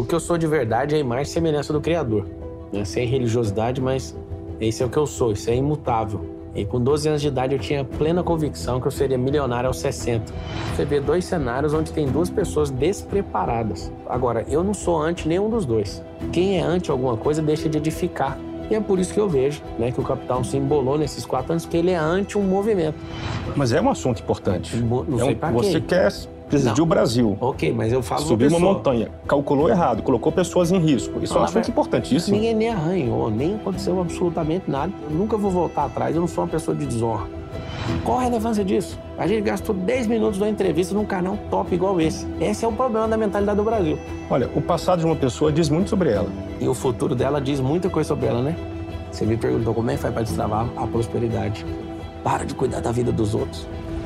que eu sou de verdade é a imagem e semelhança do Criador. Né? Sem religiosidade, mas esse é o que eu sou, isso é imutável. E com 12 anos de idade eu tinha plena convicção que eu seria milionário aos 60. Você vê dois cenários onde tem duas pessoas despreparadas. Agora, eu não sou anti nenhum dos dois. Quem é anti alguma coisa deixa de edificar. E é por isso que eu vejo, né, que o capital se embolou nesses 4 anos, porque ele é anti um movimento. Mas é um assunto importante. Não sei pra quê. Você quer presidir o Brasil. Ok, mas eu falo Subiu uma montanha, calculou errado, colocou pessoas em risco. Isso é um assunto importantíssimo. Ninguém nem arranhou, nem aconteceu absolutamente nada. Eu nunca vou voltar atrás, eu não sou uma pessoa de desonra. Qual a relevância disso? A gente gastou 10 minutos numa entrevista num canal top igual esse. Esse é o problema da mentalidade do Brasil. Olha, o passado de uma pessoa diz muito sobre ela. E o futuro dela diz muita coisa sobre ela, né? Você me perguntou como é que faz para destravar a prosperidade. Para de cuidar da vida dos outros.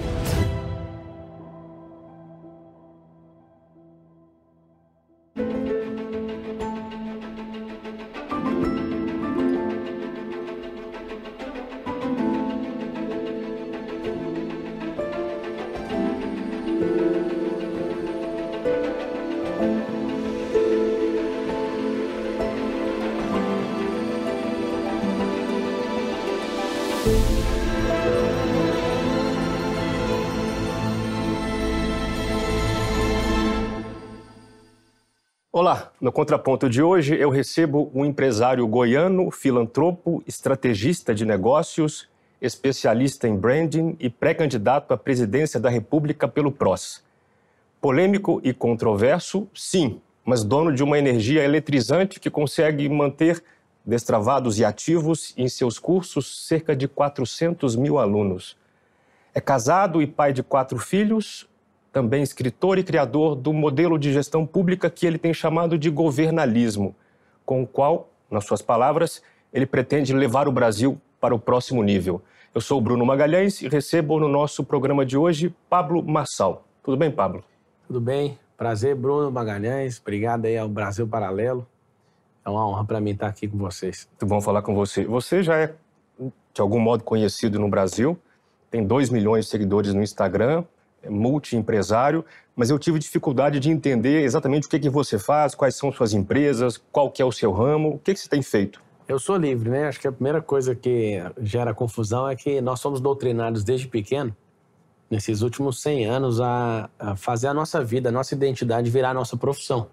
Olá, no Contraponto de hoje eu recebo um empresário goiano, filantropo, estrategista de negócios, especialista em branding e pré-candidato à presidência da República pelo PROS. Polêmico e controverso, sim, mas dono de uma energia eletrizante que consegue manter destravados e ativos em seus cursos cerca de 400 mil alunos. É casado e pai de 4 filhos, também escritor e criador do modelo de gestão pública que ele tem chamado de governalismo, com o qual, nas suas palavras, ele pretende levar o Brasil para o próximo nível. Eu sou o Bruno Magalhães e recebo no nosso programa de hoje Pablo Marçal. Tudo bem, Pablo? Tudo bem. Prazer, Bruno Magalhães. Obrigado aí ao Brasil Paralelo. É uma honra para mim estar aqui com vocês. Muito bom falar com você. Você já é, de algum modo, conhecido no Brasil, tem 2 milhões de seguidores no Instagram, é multi-empresário, mas eu tive dificuldade de entender exatamente o que você faz, quais são suas empresas, qual que é o seu ramo, o que você tem feito? Eu sou livre, né? Acho que a primeira coisa que gera confusão é que nós somos doutrinados desde pequeno, nesses últimos 100 anos, a fazer a nossa vida, a nossa identidade virar a nossa profissão.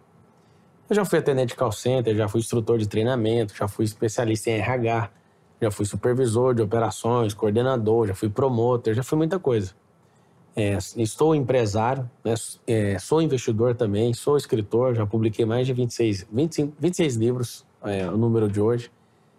Eu já fui atendente de call center, já fui instrutor de treinamento, já fui especialista em RH, já fui supervisor de operações, coordenador, já fui promotor, já fui muita coisa. Estou empresário, né? Sou investidor também, sou escritor, já publiquei mais de 26 livros, o número de hoje.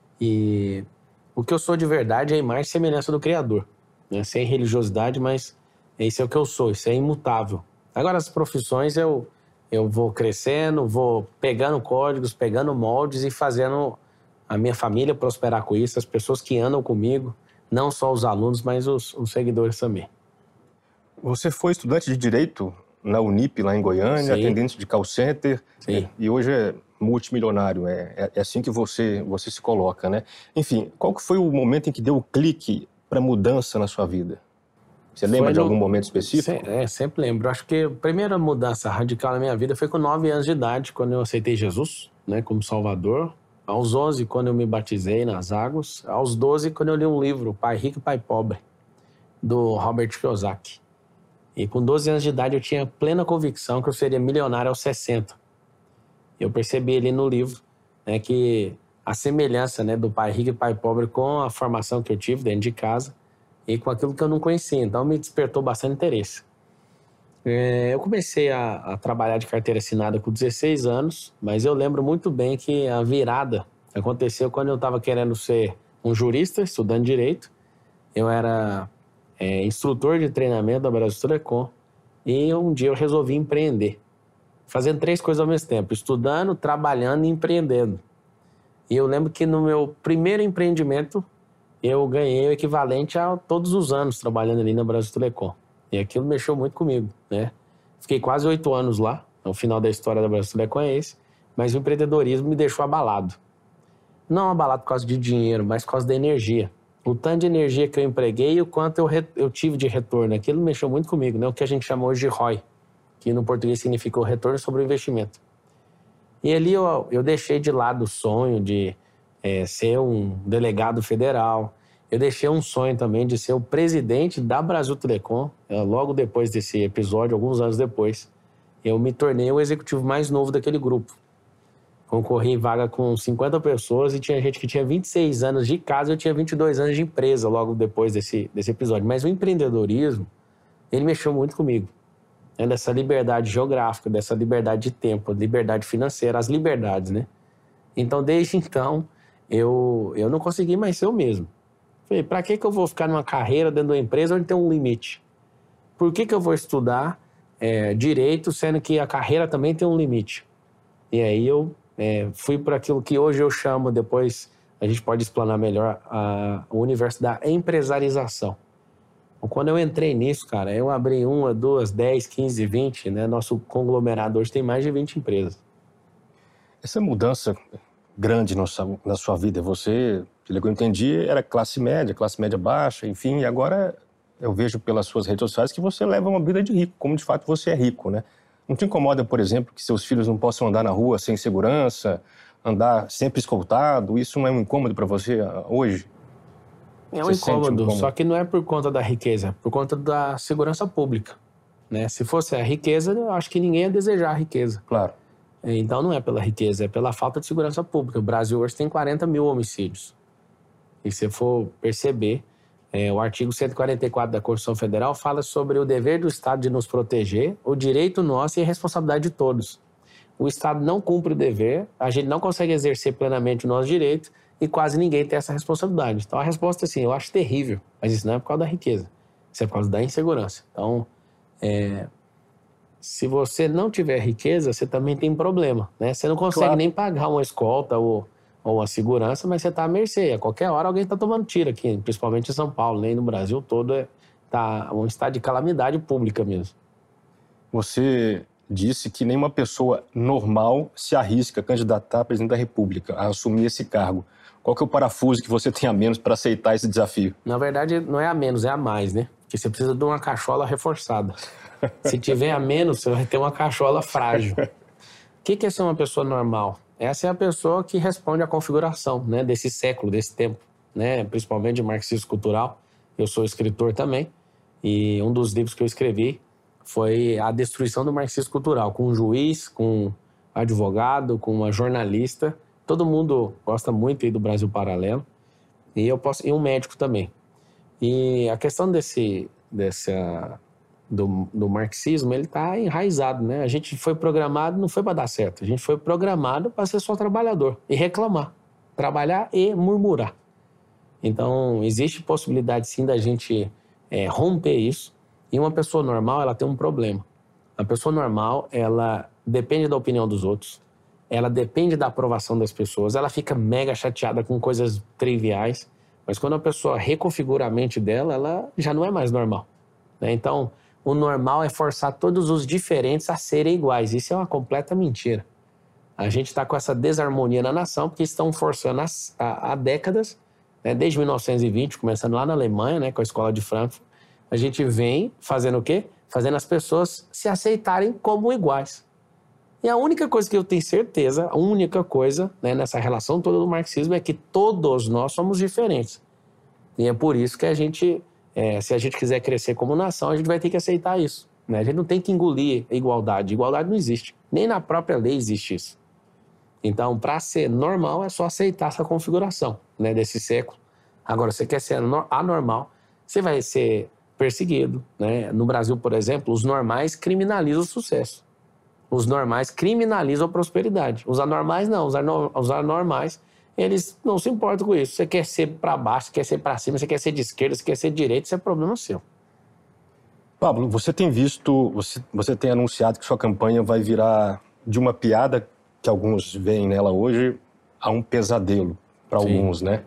E o que eu sou de verdade é a imagem e semelhança do Criador. Né? Sem religiosidade, mas esse é o que eu sou, isso é imutável. Agora, as profissões eu vou crescendo, vou pegando códigos, pegando moldes e fazendo a minha família prosperar com isso, as pessoas que andam comigo, não só os alunos, mas os seguidores também. Você foi estudante de Direito na Unip, lá em Goiânia, Sim. atendente de call center, Sim. E hoje é multimilionário, é assim que você se coloca, né? Enfim, qual que foi o momento em que deu o clique para mudança na sua vida? Você lembra de algum momento específico? Sempre lembro. Acho que a primeira mudança radical na minha vida foi com 9 anos de idade, quando eu aceitei Jesus, né, como Salvador. Aos 11, quando eu me batizei nas águas. Aos 12, quando eu li um livro, Pai Rico e Pai Pobre, do Robert Kiyosaki. E com 12 anos de idade eu tinha plena convicção que eu seria milionário aos 60. Eu percebi ali no livro, né, que a semelhança, né, do Pai Rico e Pai Pobre com a formação que eu tive dentro de casa e com aquilo que eu não conhecia. Então me despertou bastante interesse. Eu comecei a trabalhar de carteira assinada com 16 anos, mas eu lembro muito bem que a virada aconteceu quando eu estava querendo ser um jurista, estudando Direito. Eu era instrutor de treinamento da Brasil Telecom e um dia eu resolvi empreender, fazendo 3 coisas ao mesmo tempo, estudando, trabalhando e empreendendo. E eu lembro que no meu primeiro empreendimento eu ganhei o equivalente a todos os anos trabalhando ali na Brasil Telecom. E aquilo mexeu muito comigo, né? Fiquei quase 8 anos lá, o final da história da Brasil Telecom é esse, mas o empreendedorismo me deixou abalado. Não abalado por causa de dinheiro, mas por causa da energia. O tanto de energia que eu empreguei e o quanto eu tive de retorno. Aquilo mexeu muito comigo, né? O que a gente chama hoje de ROI, que no português significa o retorno sobre o investimento. E ali eu deixei de lado o sonho de ser um delegado federal. Eu deixei um sonho também de ser o presidente da Brasil Telecom. Logo depois desse episódio, alguns anos depois, eu me tornei o executivo mais novo daquele grupo. Concorri em vaga com 50 pessoas e tinha gente que tinha 26 anos de casa e eu tinha 22 anos de empresa logo depois desse episódio. Mas o empreendedorismo, ele mexeu muito comigo. Dessa liberdade geográfica, dessa liberdade de tempo, liberdade financeira, as liberdades, né? Então, desde então, eu não consegui mais ser o mesmo. Falei, para que eu vou ficar numa carreira dentro de uma empresa onde tem um limite? Por que eu vou estudar direito, sendo que a carreira também tem um limite? E aí eu fui para aquilo que hoje eu chamo, depois a gente pode explanar melhor, o universo da empresarização. Quando eu entrei nisso, cara, eu abri 1, 2, 10, 15, 20, né? Nosso conglomerado hoje tem mais de 20 empresas. Essa mudança grande na sua vida, você, pelo que eu entendi, era classe média baixa, enfim, e agora eu vejo pelas suas redes sociais que você leva uma vida de rico, como de fato você é rico, né? Não te incomoda, por exemplo, que seus filhos não possam andar na rua sem segurança, andar sempre escoltado? Isso não é um incômodo para você hoje? É um incômodo, só que não é por conta da riqueza, é por conta da segurança pública, né? Se fosse a riqueza, eu acho que ninguém ia desejar a riqueza. Claro. Então não é pela riqueza, é pela falta de segurança pública. O Brasil hoje tem 40 mil homicídios. E se for perceber, o artigo 144 da Constituição Federal fala sobre o dever do Estado de nos proteger, o direito nosso e a responsabilidade de todos. O Estado não cumpre o dever, a gente não consegue exercer plenamente o nosso direito e quase ninguém tem essa responsabilidade. Então a resposta é assim, eu acho terrível, mas isso não é por causa da riqueza, isso é por causa da insegurança. Então, se você não tiver riqueza, você também tem problema, né? Você não consegue nem pagar uma escolta ou uma segurança, mas você está à mercê. A qualquer hora alguém está tomando tiro aqui, principalmente em São Paulo, né? E no Brasil todo está um estado de calamidade pública mesmo. Você disse que nenhuma pessoa normal se arrisca a candidatar a presidente da República, a assumir esse cargo. Qual que é o parafuso que você tem a menos para aceitar esse desafio? Na verdade, não é a menos, é a mais, né? Porque você precisa de uma cachola reforçada. Se tiver a menos, você vai ter uma cachola frágil. O que é ser uma pessoa normal? Essa é a pessoa que responde à configuração, né, desse século, desse tempo, né, principalmente de marxismo cultural. Eu sou escritor também, e um dos livros que eu escrevi foi A Destruição do Marxismo Cultural, com um juiz, com um advogado, com uma jornalista. Todo mundo gosta muito aí do Brasil Paralelo, e um médico também. E a questão do marxismo, ele está enraizado, né? A gente foi programado, não foi para dar certo, a gente foi programado para ser só trabalhador e reclamar, trabalhar e murmurar. Então, existe possibilidade sim da gente romper isso, e uma pessoa normal, ela tem um problema. A pessoa normal, ela depende da opinião dos outros, ela depende da aprovação das pessoas, ela fica mega chateada com coisas triviais, mas quando a pessoa reconfigura a mente dela, ela já não é mais normal, né? Então, o normal é forçar todos os diferentes a serem iguais. Isso é uma completa mentira. A gente está com essa desarmonia na nação porque estão forçando há décadas, né, desde 1920, começando lá na Alemanha, né, com a Escola de Frankfurt, a gente vem fazendo o quê? Fazendo as pessoas se aceitarem como iguais. E a única coisa que eu tenho certeza, a única coisa, né, nessa relação toda do marxismo é que todos nós somos diferentes. E é por isso que a gente... se a gente quiser crescer como nação, a gente vai ter que aceitar isso, né? A gente não tem que engolir a igualdade. Igualdade não existe. Nem na própria lei existe isso. Então, para ser normal, é só aceitar essa configuração, né, desse século. Agora, você quer ser anormal, você vai ser perseguido, né? No Brasil, por exemplo, os normais criminalizam o sucesso. Os normais criminalizam a prosperidade. Os anormais não. Os anormais, eles não se importam com isso. Você quer ser para baixo, você quer ser para cima, você quer ser de esquerda, você quer ser de direita, isso é problema seu. Pablo, você tem visto, você tem anunciado que sua campanha vai virar de uma piada, que alguns veem nela hoje, a um pesadelo para alguns, né?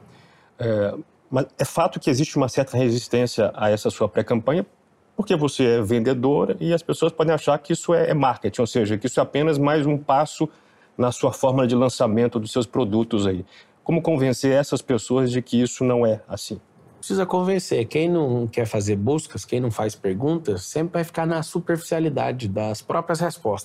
Mas é fato que existe uma certa resistência a essa sua pré-campanha, porque você é vendedora e as pessoas podem achar que isso é marketing, ou seja, que isso é apenas mais um passo na sua fórmula de lançamento dos seus produtos aí. Como convencer essas pessoas de que isso não é assim? Precisa convencer. Quem não quer fazer buscas, quem não faz perguntas, sempre vai ficar na superficialidade das próprias respostas.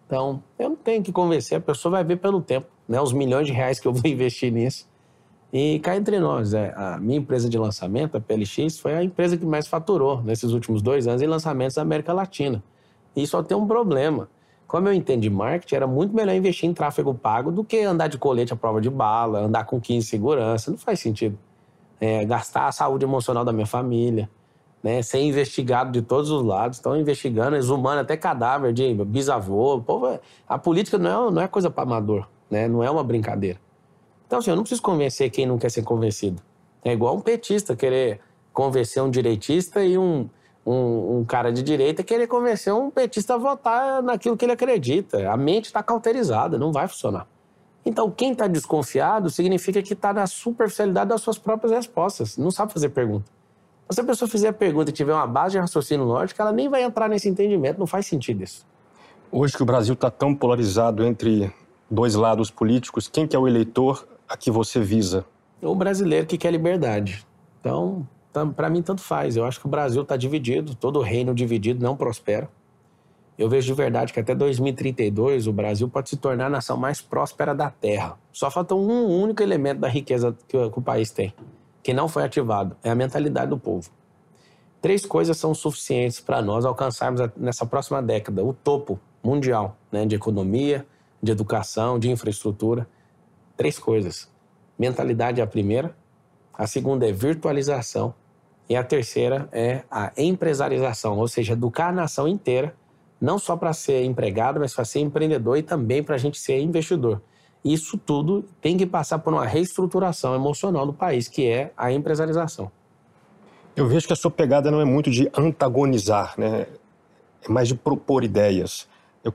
Então, eu não tenho que convencer, a pessoa vai ver pelo tempo, né? Os milhões de reais que eu vou investir nisso. E cá entre nós, a minha empresa de lançamento, a PLX, foi a empresa que mais faturou nesses últimos 2 anos em lançamentos da América Latina. E só tem um problema. Como eu entendo de marketing, era muito melhor investir em tráfego pago do que andar de colete à prova de bala, andar com 15 segurança. Não faz sentido. Gastar a saúde emocional da minha família, né? Ser investigado de todos os lados. Estão investigando, exumando até cadáver de bisavô. Pô, a política não é coisa para amador, né? Não é uma brincadeira. Então, assim, eu não preciso convencer quem não quer ser convencido. É igual um petista querer convencer um direitista e um cara de direita querer convencer um petista a votar naquilo que ele acredita. A mente está cauterizada, não vai funcionar. Então, quem está desconfiado significa que está na superficialidade das suas próprias respostas. Não sabe fazer pergunta. Se a pessoa fizer a pergunta e tiver uma base de raciocínio lógico, ela nem vai entrar nesse entendimento. Não faz sentido isso. Hoje que o Brasil está tão polarizado entre dois lados políticos, quem que é o eleitor a que você visa? O brasileiro que quer liberdade. Então, para mim, tanto faz. Eu acho que o Brasil está dividido, todo reino dividido não prospera. Eu vejo de verdade que até 2032 o Brasil pode se tornar a nação mais próspera da Terra. Só falta um único elemento da riqueza que o país tem, que não foi ativado, é a mentalidade do povo. 3 coisas são suficientes para nós alcançarmos nessa próxima década o topo mundial, né, de economia, de educação, de infraestrutura. 3 coisas. Mentalidade é a primeira, a segunda é virtualização e a terceira é a empresarização, ou seja, educar a nação inteira, não só para ser empregado, mas para ser empreendedor e também para a gente ser investidor. Isso tudo tem que passar por uma reestruturação emocional do país, que é a empresarização. Eu vejo que a sua pegada não é muito de antagonizar, né? É mais de propor ideias.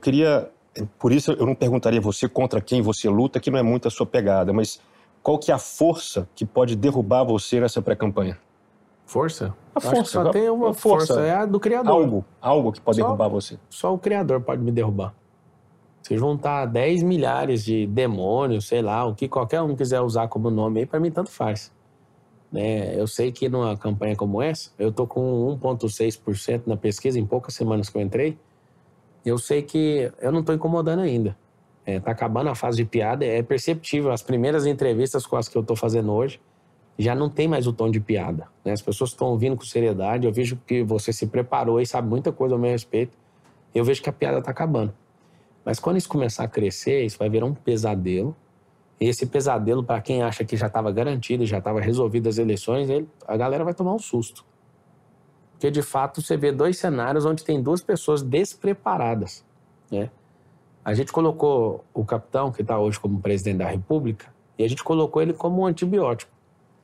Por isso eu não perguntaria a você contra quem você luta, que não é muito a sua pegada, mas qual que é a força que pode derrubar você nessa pré-campanha? Força? A força. Só tem uma força, é a do Criador. Algo que pode derrubar você. Só o Criador pode me derrubar. Se juntar 10 milhares de demônios, sei lá, o que qualquer um quiser usar como nome aí, para mim tanto faz. Né? Eu sei que numa campanha como essa, eu tô com 1,6% na pesquisa em poucas semanas que eu entrei. Eu sei que eu não estou incomodando ainda. Tá acabando a fase de piada, é perceptível. As primeiras entrevistas com as que eu estou fazendo hoje, já não tem mais o tom de piada, né? As pessoas estão ouvindo com seriedade, eu vejo que você se preparou e sabe muita coisa ao meu respeito. Eu vejo que a piada está acabando. Mas quando isso começar a crescer, isso vai virar um pesadelo. E esse pesadelo, para quem acha que já estava garantido, já estava resolvido as eleições, a galera vai tomar um susto. Porque, de fato, você vê 2 cenários onde tem 2 pessoas despreparadas, né? A gente colocou o capitão, que está hoje como presidente da República, e a gente colocou ele como um antibiótico.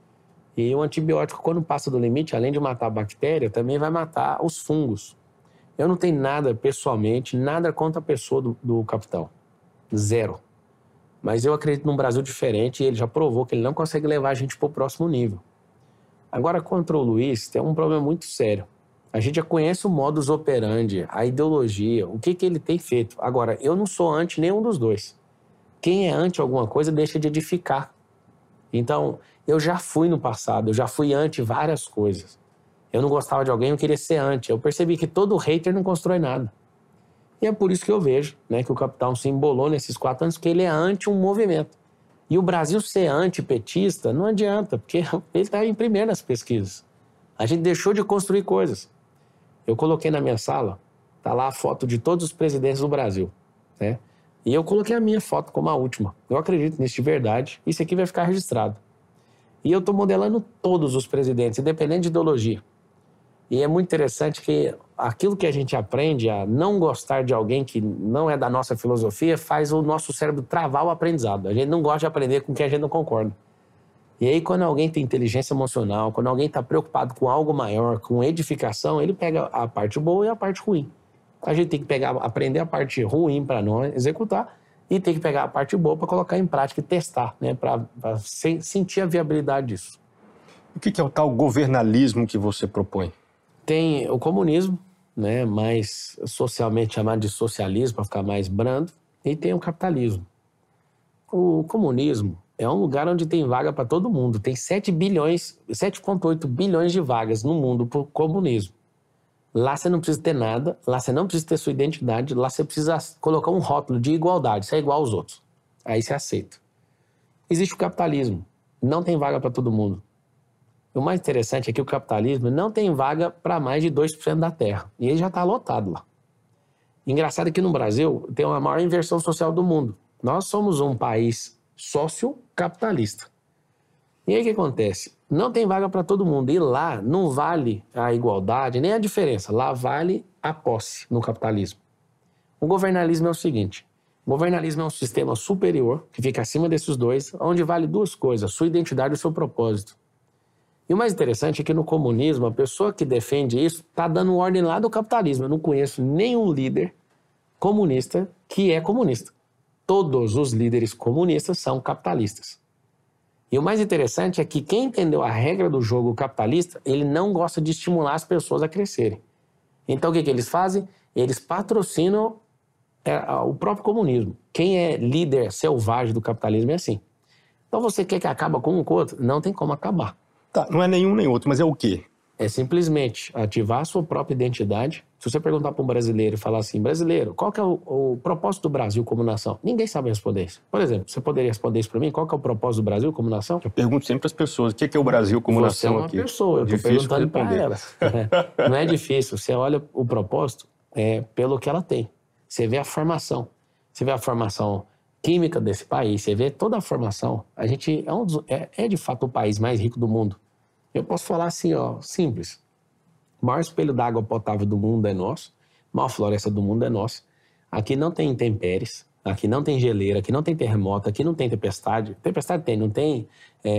E o antibiótico, quando passa do limite, além de matar a bactéria, também vai matar os fungos. Eu não tenho nada, pessoalmente, nada contra a pessoa do capitão. 0. Mas eu acredito num Brasil diferente e ele já provou que ele não consegue levar a gente para o próximo nível. Agora, contra o Luiz, tem um problema muito sério. A gente já conhece o modus operandi, a ideologia, o que ele tem feito. Agora, eu não sou anti nenhum dos dois. Quem é anti alguma coisa deixa de edificar. Então, eu já fui no passado, eu já fui anti várias coisas. Eu não gostava de alguém, eu queria ser anti. Eu percebi que todo hater não constrói nada. E é por isso que eu vejo, né, que o capitão se embolou nesses 4 anos, porque ele é anti um movimento. E o Brasil ser antipetista não adianta, porque ele está em primeiro nas pesquisas. A gente deixou de construir coisas. Eu coloquei na minha sala, tá lá a foto de todos os presidentes do Brasil, né? E eu coloquei a minha foto como a última. Eu acredito nisso de verdade, isso aqui vai ficar registrado. E eu estou modelando todos os presidentes, independente de ideologia. E é muito interessante que aquilo que a gente aprende a não gostar de alguém que não é da nossa filosofia faz o nosso cérebro travar o aprendizado. A gente não gosta de aprender com quem a gente não concorda. E aí, quando alguém tem inteligência emocional, quando alguém está preocupado com algo maior, com edificação, ele pega a parte boa e a parte ruim. A gente tem que aprender a parte ruim para não executar e tem que pegar a parte boa para colocar em prática e testar, né, para sentir a viabilidade disso. O que é o tal governalismo que você propõe? Tem o comunismo, né, mais socialmente chamado de socialismo, para ficar mais brando, e tem o capitalismo. O comunismo é um lugar onde tem vaga para todo mundo. Tem 7,8 bilhões de vagas no mundo para o comunismo. Lá você não precisa ter nada, lá você não precisa ter sua identidade, lá você precisa colocar um rótulo de igualdade, você é igual aos outros. Aí você aceita. Existe o capitalismo, não tem vaga para todo mundo. O mais interessante é que o capitalismo não tem vaga para mais de 2% da terra, e ele já está lotado lá. Engraçado que no Brasil tem a maior inversão social do mundo. Nós somos um país sociocapitalista. E aí o que acontece? Não tem vaga para todo mundo. E lá não vale a igualdade, nem a diferença. Lá vale a posse no capitalismo. O governalismo é o seguinte. O governalismo é um sistema superior, que fica acima desses dois, onde vale duas coisas, sua identidade e o seu propósito. E o mais interessante é que no comunismo, a pessoa que defende isso está dando ordem lá do capitalismo. Eu não conheço nenhum líder comunista que é comunista. Todos os líderes comunistas são capitalistas. E o mais interessante é que quem entendeu a regra do jogo capitalista, ele não gosta de estimular as pessoas a crescerem. Então o que eles fazem? Eles patrocinam o próprio comunismo. Quem é líder selvagem do capitalismo é assim. Então você quer que acabe com um com o outro? Não tem como acabar. Tá, não é nenhum nem outro, mas é o quê? É simplesmente ativar a sua própria identidade. Se você perguntar para um brasileiro e falar assim, brasileiro, qual que é o propósito do Brasil como nação? Ninguém sabe responder isso. Por exemplo, você poderia responder isso para mim? Qual que é o propósito do Brasil como nação? Eu pergunto sempre para as pessoas, o que é o Brasil como nação aqui? Você é uma pessoa, eu estou perguntando para elas. Não é difícil, você olha o propósito pelo que ela tem. Você vê a formação. Você vê a formação química desse país, você vê toda a formação. A gente é de fato o país mais rico do mundo. Eu posso falar assim, simples. O maior espelho d'água potável do mundo é nosso. A maior floresta do mundo é nossa. Aqui não tem intempéries, aqui não tem geleira, aqui não tem terremoto, aqui não tem tempestade. Tempestade tem, não tem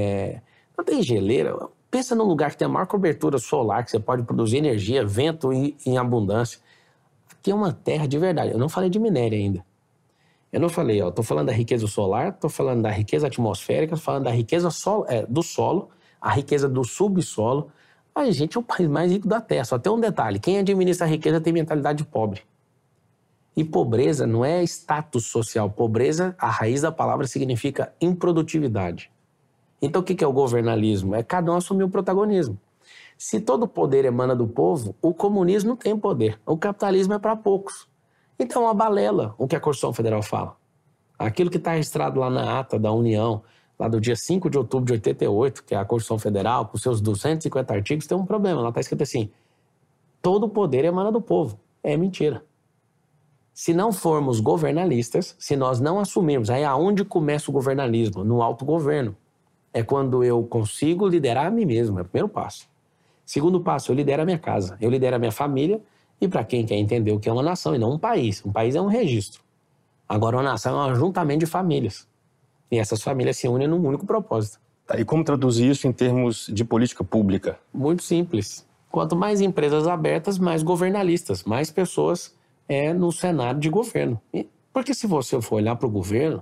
geleira. Pensa num lugar que tem a maior cobertura solar, que você pode produzir energia, vento em abundância. Aqui é uma terra de verdade. Eu não falei de minério ainda. Eu não falei, estou falando da riqueza solar, estou falando da riqueza atmosférica, estou falando da riqueza do solo, a riqueza do subsolo. A gente é o país mais rico da Terra. Só tem um detalhe, quem administra a riqueza tem mentalidade pobre. E pobreza não é status social. Pobreza, a raiz da palavra significa improdutividade. Então o que é o governalismo? É cada um assumir o protagonismo. Se todo o poder emana do povo, o comunismo não tem poder. O capitalismo é para poucos. Então é uma balela o que a Constituição Federal fala. Aquilo que está registrado lá na ata da União, lá do dia 5 de outubro de 88, que é a Constituição Federal, com seus 250 artigos, tem um problema. Lá está escrito assim, todo o poder emana do povo. É mentira. Se não formos governalistas, se nós não assumirmos, aí aonde começa o governalismo? No autogoverno. É quando eu consigo liderar a mim mesmo, é o primeiro passo. Segundo passo, eu lidero a minha casa, eu lidero a minha família, e para quem quer entender o que é uma nação e não um país é um registro. Agora uma nação é um ajuntamento de famílias. E essas famílias se unem num único propósito. Tá, e como traduzir isso em termos de política pública? Muito simples. Quanto mais empresas abertas, mais governalistas, mais pessoas no cenário de governo. Porque se você for olhar para o governo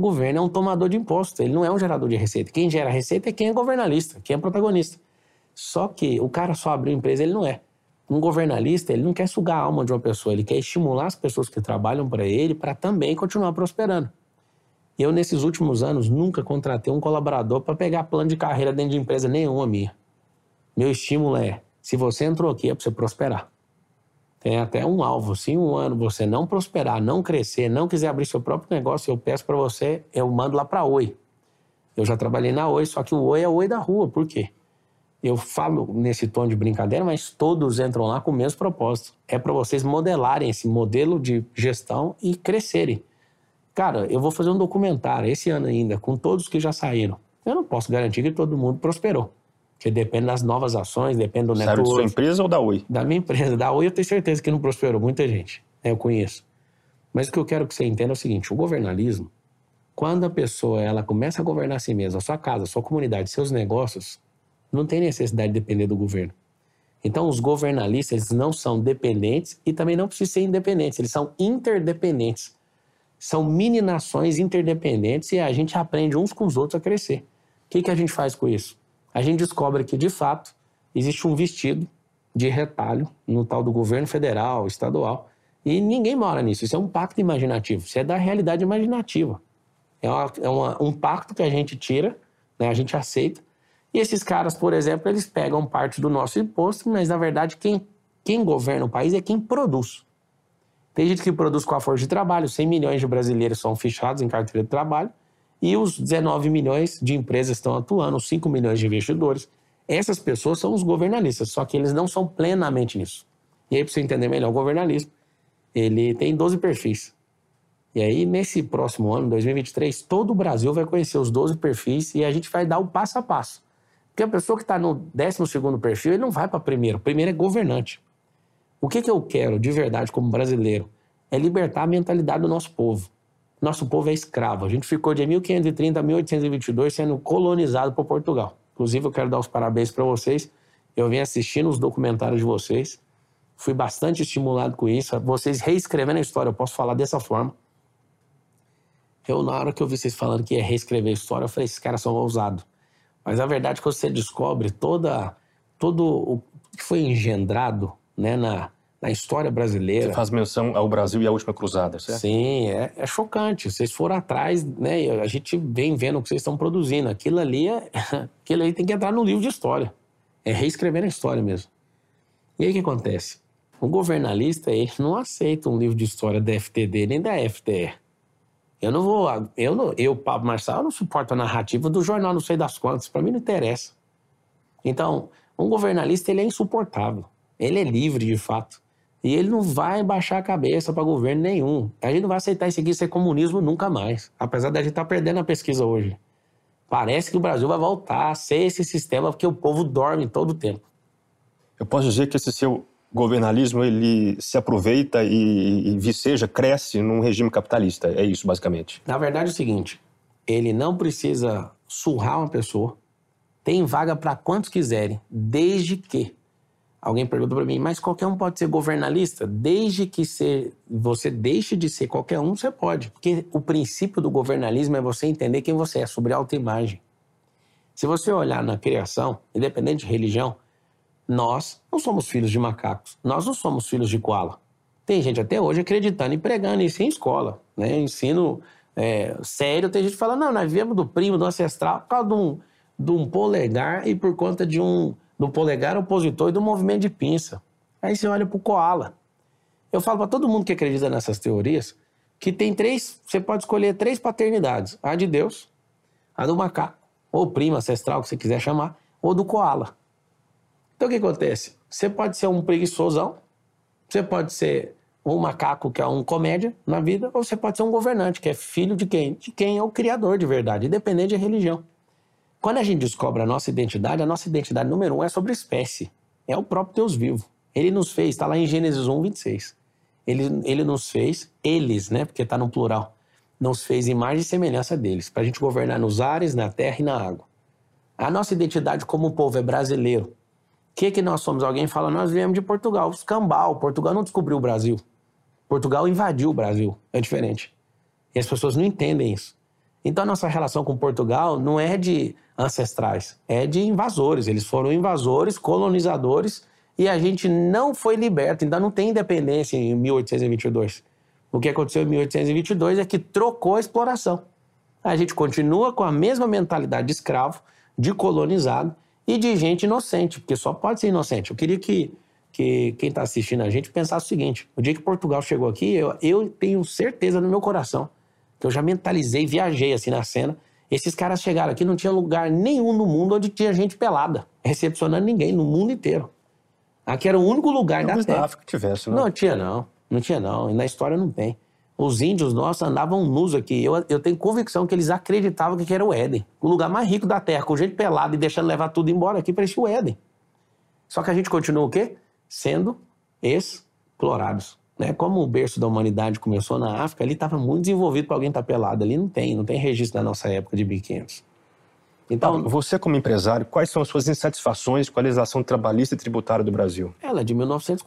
é um tomador de impostos, ele não é um gerador de receita. Quem gera receita é quem é governalista, quem é protagonista. Só que o cara só abriu empresa, ele não é. Um governalista, ele não quer sugar a alma de uma pessoa, ele quer estimular as pessoas que trabalham para ele para também continuar prosperando. Eu, nesses últimos anos, nunca contratei um colaborador para pegar plano de carreira dentro de empresa nenhuma minha. Meu estímulo é, se você entrou aqui é para você prosperar. Tem até um alvo, se um ano você não prosperar, não crescer, não quiser abrir seu próprio negócio, eu peço para você, eu mando lá para a Oi. Eu já trabalhei na Oi, só que o Oi é o Oi da rua, por quê? Eu falo nesse tom de brincadeira, mas todos entram lá com o mesmo propósito. É para vocês modelarem esse modelo de gestão e crescerem. Cara, eu vou fazer um documentário esse ano ainda, com todos que já saíram. Eu não posso garantir que todo mundo prosperou. Porque depende das novas ações, depende do network. Sabe da sua empresa ou da Oi? Da minha empresa. Da Oi eu tenho certeza que não prosperou. Muita gente, eu conheço. Mas o que eu quero que você entenda é o seguinte, o governalismo, quando a pessoa ela começa a governar a si mesma, a sua casa, a sua comunidade, seus negócios, não tem necessidade de depender do governo. Então, os governalistas eles não são dependentes e também não precisam ser independentes. Eles são interdependentes. São mini-nações interdependentes e a gente aprende uns com os outros a crescer. O que a gente faz com isso? A gente descobre que, de fato, existe um vestido de retalho no tal do governo federal, estadual, e ninguém mora nisso. Isso é um pacto imaginativo. Isso é da realidade imaginativa. É um pacto que a gente tira, né, a gente aceita. E esses caras, por exemplo, eles pegam parte do nosso imposto, mas, na verdade, quem Quem governa o país é quem produz. Tem gente que produz com a força de trabalho, 100 milhões de brasileiros são fichados em carteira de trabalho e os 19 milhões de empresas estão atuando, os 5 milhões de investidores. Essas pessoas são os governalistas, só que eles não são plenamente nisso. E aí, para você entender melhor o governalismo, ele tem 12 perfis. E aí, nesse próximo ano, 2023, todo o Brasil vai conhecer os 12 perfis e a gente vai dar o passo a passo. Porque a pessoa que está no 12º perfil, ele não vai para primeiro. O primeiro é governante. O que eu quero, de verdade, como brasileiro, é libertar a mentalidade do nosso povo. Nosso povo é escravo. A gente ficou de 1530 a 1822 sendo colonizado por Portugal. Inclusive, eu quero dar os parabéns para vocês. Eu venho assistindo os documentários de vocês. Fui bastante estimulado com isso. Vocês reescrevendo a história, eu posso falar dessa forma. Na hora que eu vi vocês falando que ia reescrever a história, eu falei, esses caras são ousados. Mas a verdade é que você descobre todo o que foi engendrado, né, na história brasileira. Você faz menção ao Brasil e à Última Cruzada, certo? Sim, é chocante. Vocês foram atrás, né? E a gente vem vendo o que vocês estão produzindo. Aquilo ali tem que entrar no livro de história. É reescrever a história mesmo. E aí o que acontece? O governalista, ele não aceita um livro de história da FTD nem da FTE. Pablo Marçal, eu não suporto a narrativa do jornal não sei das quantas. Para mim não interessa. Então, um governalista, ele é insuportável. Ele é livre, de fato. E ele não vai baixar a cabeça para governo nenhum. A gente não vai aceitar isso aqui ser comunismo nunca mais. Apesar da gente estar perdendo a pesquisa hoje. Parece que o Brasil vai voltar a ser esse sistema porque o povo dorme todo o tempo. Eu posso dizer que esse seu governalismo, ele se aproveita e viceja, cresce num regime capitalista. É isso, basicamente. Na verdade é o seguinte, ele não precisa surrar uma pessoa, tem vaga para quantos quiserem, desde que... Alguém pergunta para mim, mas qualquer um pode ser governalista? Desde que você deixe de ser qualquer um, você pode. Porque o princípio do governalismo é você entender quem você é, sobre autoimagem. Se você olhar na criação, independente de religião, nós não somos filhos de macacos, nós não somos filhos de koala. Tem gente até hoje acreditando e pregando isso em escola, né? Ensino sério, tem gente que fala, não, nós viemos do primo, do ancestral, por causa de um polegar e por conta do polegar opositor e do movimento de pinça. Aí você olha pro koala. Eu falo para todo mundo que acredita nessas teorias que tem você pode escolher 3 paternidades. A de Deus, a do macaco, ou primo ancestral, que você quiser chamar, ou do koala. Então o que acontece? Você pode ser um preguiçosão, você pode ser um macaco que é um comédia na vida, ou você pode ser um governante, que é filho de quem? De quem é o criador de verdade, independente de religião. Quando a gente descobre a nossa identidade número 1 é sobre espécie. É o próprio Deus vivo. Ele nos fez, está lá em Gênesis 1, 26. Ele nos fez, eles, né? Porque está no plural. Nos fez imagem e semelhança deles, para a gente governar nos ares, na terra e na água. A nossa identidade como povo é brasileiro. O que nós somos? Alguém fala, nós viemos de Portugal. Escambau. Portugal não descobriu o Brasil. Portugal invadiu o Brasil. É diferente. E as pessoas não entendem isso. Então, a nossa relação com Portugal não é de ancestrais, é de invasores. Eles foram invasores, colonizadores, e a gente não foi liberto, ainda não tem independência em 1822. O que aconteceu em 1822 é que trocou a exploração. A gente continua com a mesma mentalidade de escravo, de colonizado e de gente inocente, porque só pode ser inocente. Eu queria que quem está assistindo a gente pensasse o seguinte, o dia que Portugal chegou aqui, eu tenho certeza no meu coração que eu já mentalizei, viajei assim na cena. Esses caras chegaram aqui, não tinha lugar nenhum no mundo onde tinha gente pelada, recepcionando ninguém, no mundo inteiro. Aqui era o único lugar da terra. Na África tivesse, não? Não tinha não. E na história não tem. Os índios nossos andavam nus aqui. Eu tenho convicção que eles acreditavam que era o Éden. O lugar mais rico da terra, com gente pelada e deixando levar tudo embora aqui, parecia o Éden. Só que a gente continua o quê? Sendo explorados. Né? Como o berço da humanidade começou na África, ali estava muito desenvolvido para alguém estar pelado. Ali não tem registro da nossa época de 1500. Então, você como empresário, quais são as suas insatisfações com a legislação trabalhista e tributária do Brasil? Ela é de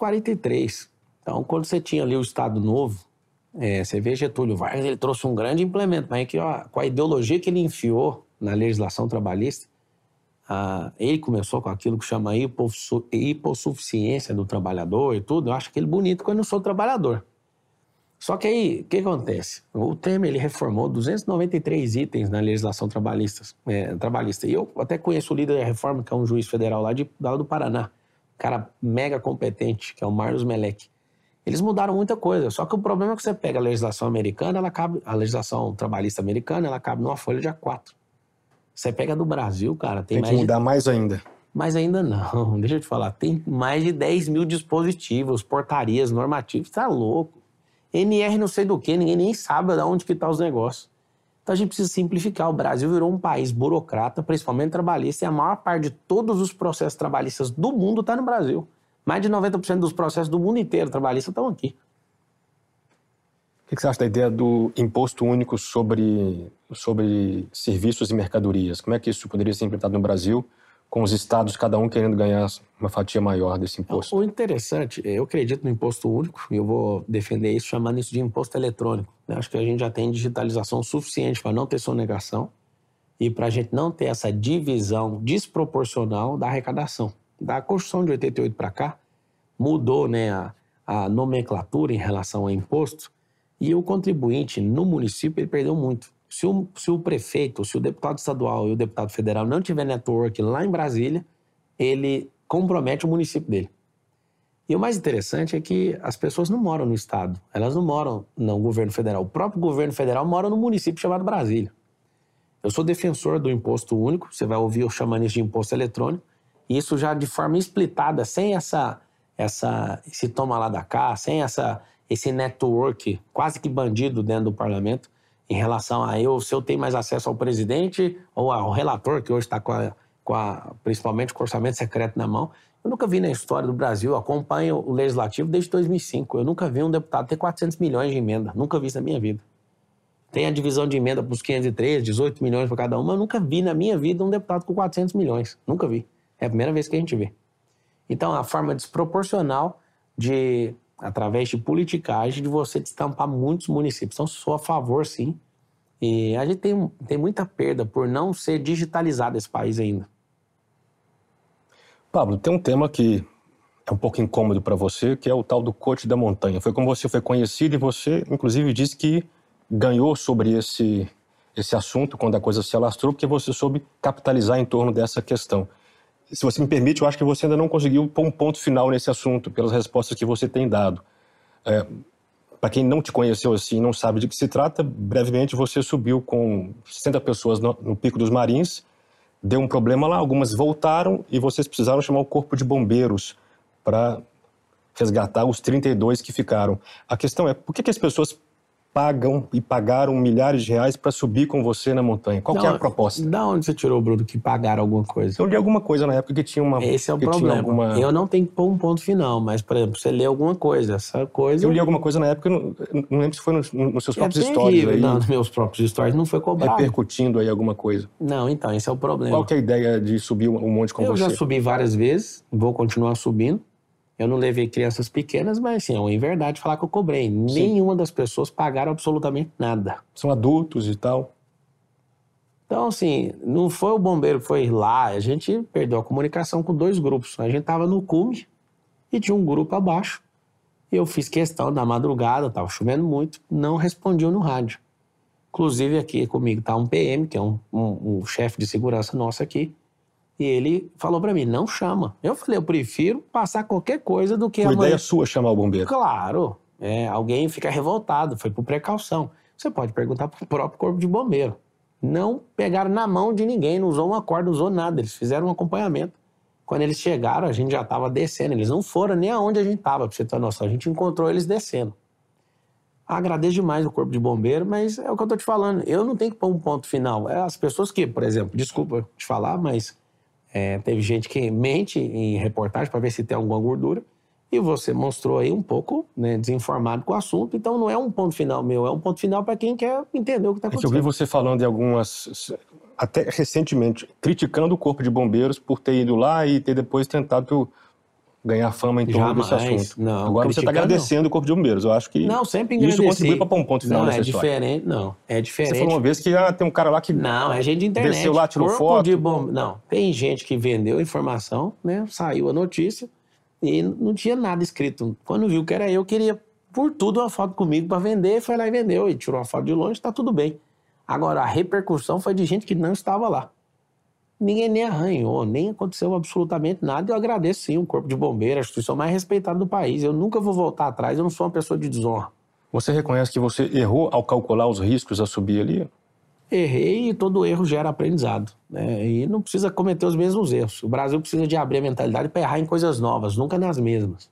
1943. Então, quando você tinha ali o Estado Novo, você vê Getúlio Vargas, ele trouxe um grande implemento, mas aqui, ó, com a ideologia que ele enfiou na legislação trabalhista, ele começou com aquilo que chama hipossuficiência do trabalhador e tudo. Eu acho aquele bonito quando eu não sou trabalhador. Só que aí, o que acontece? O Temer, ele reformou 293 itens na legislação trabalhista. E eu até conheço o líder da reforma, que é um juiz federal lá do Paraná, cara mega competente, que é o Marlos Melek. Eles mudaram muita coisa, só que o problema é que você pega a legislação americana, a legislação trabalhista americana, ela cabe numa folha de A4. Você pega a do Brasil, cara, tem que mudar mais ainda. Mas ainda não, deixa eu te falar, tem mais de 10 mil dispositivos, portarias, normativos, tá louco. NR não sei do que, ninguém nem sabe de onde que tá os negócios. Então a gente precisa simplificar. O Brasil virou um país burocrata, principalmente trabalhista, e a maior parte de todos os processos trabalhistas do mundo está no Brasil. Mais de 90% dos processos do mundo inteiro trabalhista estão aqui. O que você acha da ideia do imposto único sobre serviços e mercadorias? Como é que isso poderia ser implementado no Brasil, com os estados, cada um querendo ganhar uma fatia maior desse imposto? O interessante, eu acredito no imposto único, e eu vou defender isso, chamando isso de imposto eletrônico. Eu acho que a gente já tem digitalização suficiente para não ter sonegação e para a gente não ter essa divisão desproporcional da arrecadação. Da Constituição de 88 para cá, mudou, né, a nomenclatura em relação ao imposto, e o contribuinte no município ele perdeu muito. Se o prefeito, se o deputado estadual e o deputado federal não tiver network lá em Brasília, ele compromete o município dele. E o mais interessante é que as pessoas não moram no estado, elas não moram no governo federal. O próprio governo federal mora no município chamado Brasília. Eu sou defensor do imposto único, você vai ouvir eu chamando isso de imposto eletrônico, e isso já de forma explitada, sem esse toma lá da cá, sem esse network quase que bandido dentro do parlamento, em relação a se eu tenho mais acesso ao presidente ou ao relator, que hoje está principalmente com o orçamento secreto na mão. Eu nunca vi na história do Brasil, eu acompanho o legislativo desde 2005, eu nunca vi um deputado ter 400 milhões de emenda, nunca vi isso na minha vida. Tem a divisão de emenda para os 503, 18 milhões para cada uma, eu nunca vi na minha vida um deputado com 400 milhões, nunca vi. É a primeira vez que a gente vê. Então, a forma desproporcional através de politicagem, de você destampar muitos municípios. Então, sou a favor, sim. E a gente tem muita perda por não ser digitalizado esse país ainda. Pablo, tem um tema que é um pouco incômodo para você, que é o tal do coach da montanha. Foi como você foi conhecido e você, inclusive, disse que ganhou sobre esse assunto quando a coisa se alastrou, porque você soube capitalizar em torno dessa questão. Se você me permite, eu acho que você ainda não conseguiu pôr um ponto final nesse assunto, pelas respostas que você tem dado. Para quem não te conheceu assim, não sabe de que se trata, brevemente você subiu com 60 pessoas no Pico dos Marins, deu um problema lá, algumas voltaram e vocês precisaram chamar o Corpo de Bombeiros para resgatar os 32 que ficaram. A questão é, por que as pessoas pagam e pagaram milhares de reais para subir com você na montanha? Qual que é a proposta? Da onde você tirou, Bruno, que pagaram alguma coisa? Eu li alguma coisa na época que tinha uma... Esse é o problema. Eu não tenho que pôr um ponto final, mas, por exemplo, você lê alguma coisa, essa coisa... Eu li alguma coisa na época, não lembro se foi nos seus próprios stories aí. Não, nos meus próprios stories não foi cobrado. Repercutindo aí alguma coisa. Não, então, esse é o problema. Qual que é a ideia de subir um monte com você? Eu já subi várias vezes, vou continuar subindo. Eu não levei crianças pequenas, mas assim, é verdade falar que eu cobrei. Sim. Nenhuma das pessoas pagaram absolutamente nada. São adultos e tal. Então, assim, não foi o bombeiro que foi lá. A gente perdeu a comunicação com 2 grupos. A gente estava no cume e tinha um grupo abaixo. E eu fiz questão da madrugada, estava chovendo muito, não respondiam no rádio. Inclusive aqui comigo está um PM, que é um chefe de segurança nosso aqui. E ele falou pra mim, não chama. Eu falei, eu prefiro passar qualquer coisa do que... Foi ideia sua chamar o bombeiro? Claro. Alguém fica revoltado, foi por precaução. Você pode perguntar pro próprio corpo de bombeiro. Não pegaram na mão de ninguém, não usou uma corda, não usou nada. Eles fizeram um acompanhamento. Quando eles chegaram, a gente já estava descendo. Eles não foram nem aonde a gente estava, pra você ter uma noção. A gente encontrou eles descendo. Agradeço demais o corpo de bombeiro, mas é o que eu tô te falando. Eu não tenho que pôr um ponto final. As pessoas que, por exemplo, desculpa te falar, mas... teve gente que mente em reportagem para ver se tem alguma gordura e você mostrou aí um pouco, né, desinformado com o assunto, então não é um ponto final meu, é um ponto final para quem quer entender o que está acontecendo. Eu vi você falando de algumas, até recentemente, criticando o Corpo de Bombeiros por ter ido lá e ter depois tentado ganhar fama em torno desse assunto. Não, agora você está agradecendo o Corpo de Bombeiros, eu acho que não, sempre isso contribui para pôr um ponto final nessa história. É diferente. Você falou uma vez que tem um cara lá que é gente de internet. Desceu lá, tirou foto. Não, tem gente que vendeu informação, né? Saiu a notícia e não tinha nada escrito. Quando viu que era eu, queria por tudo uma foto comigo para vender, foi lá e vendeu e tirou uma foto de longe, está tudo bem. Agora, a repercussão foi de gente que não estava lá. ninguém nem arranhou, nem aconteceu absolutamente nada. Eu agradeço sim o Corpo de Bombeiros, a instituição mais respeitada do país. Eu nunca vou voltar atrás, eu não sou uma pessoa de desonra. Você reconhece que você errou ao calcular os riscos a subir ali? Errei e todo erro gera aprendizado, né? E não precisa cometer os mesmos erros. O Brasil precisa de abrir a mentalidade para errar em coisas novas, nunca nas mesmas.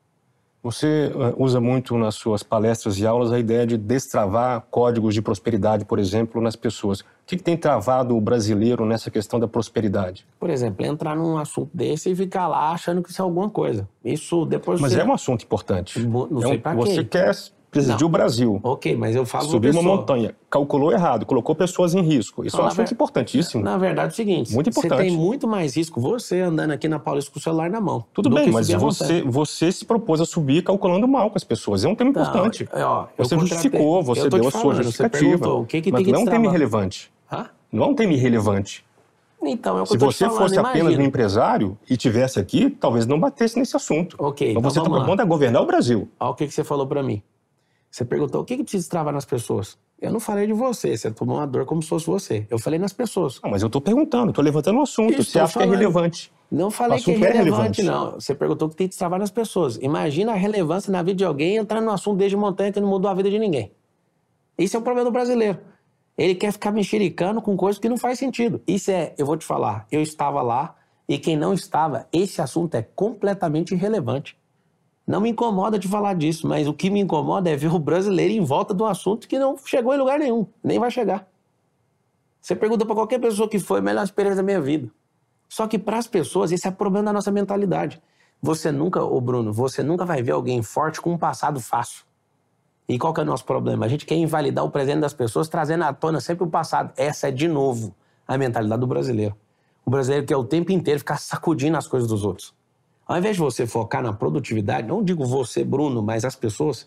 Você usa muito nas suas palestras e aulas a ideia de destravar códigos de prosperidade, por exemplo, nas pessoas. O que tem travado o brasileiro nessa questão da prosperidade? Por exemplo, entrar num assunto desse e ficar lá achando que isso é alguma coisa. Isso depois... Mas é um assunto importante. Não sei pra quê. Você quer presidir o Brasil. Ok, mas eu falo subir uma montanha, calculou errado, colocou pessoas em risco. Isso é um assunto importantíssimo. Na verdade é o seguinte, muito importante. Você tem muito mais risco você andando aqui na Paulista com o celular na mão. Tudo bem, mas você se propôs a subir calculando mal com as pessoas. É um tema importante. Você justificou, você deu a sua justificativa. O que mas não é um tema irrelevante. Não é um tema irrelevante. Então, é o que se você fosse apenas um empresário e tivesse aqui, talvez não batesse nesse assunto. Ok, mas você está propondo a governar o Brasil. Olha o que você falou para mim. Você perguntou o que precisa destravar nas pessoas. Eu não falei de você tomou uma dor como se fosse você. Eu falei nas pessoas. Não, mas eu estou perguntando, estou levantando um assunto. Você acha que é relevante? Não falei que é relevante, não. Você perguntou o que tem que destravar nas pessoas. Imagina a relevância na vida de alguém entrando no assunto desde montanha que não mudou a vida de ninguém. Esse é o problema do brasileiro. Ele quer ficar mexericando com coisas que não faz sentido. Eu vou te falar, eu estava lá e quem não estava, esse assunto é completamente irrelevante. Não me incomoda de falar disso, mas o que me incomoda é ver o brasileiro em volta de um assunto que não chegou em lugar nenhum, nem vai chegar. Você pergunta para qualquer pessoa que foi a melhor experiência da minha vida. Só que para as pessoas, esse é o problema da nossa mentalidade. Bruno, você nunca vai ver alguém forte com um passado fácil. E qual que é o nosso problema? A gente quer invalidar o presente das pessoas, trazendo à tona sempre o passado. Essa é, de novo, a mentalidade do brasileiro. O brasileiro quer o tempo inteiro ficar sacudindo as coisas dos outros. Ao invés de você focar na produtividade, não digo você, Bruno, mas as pessoas,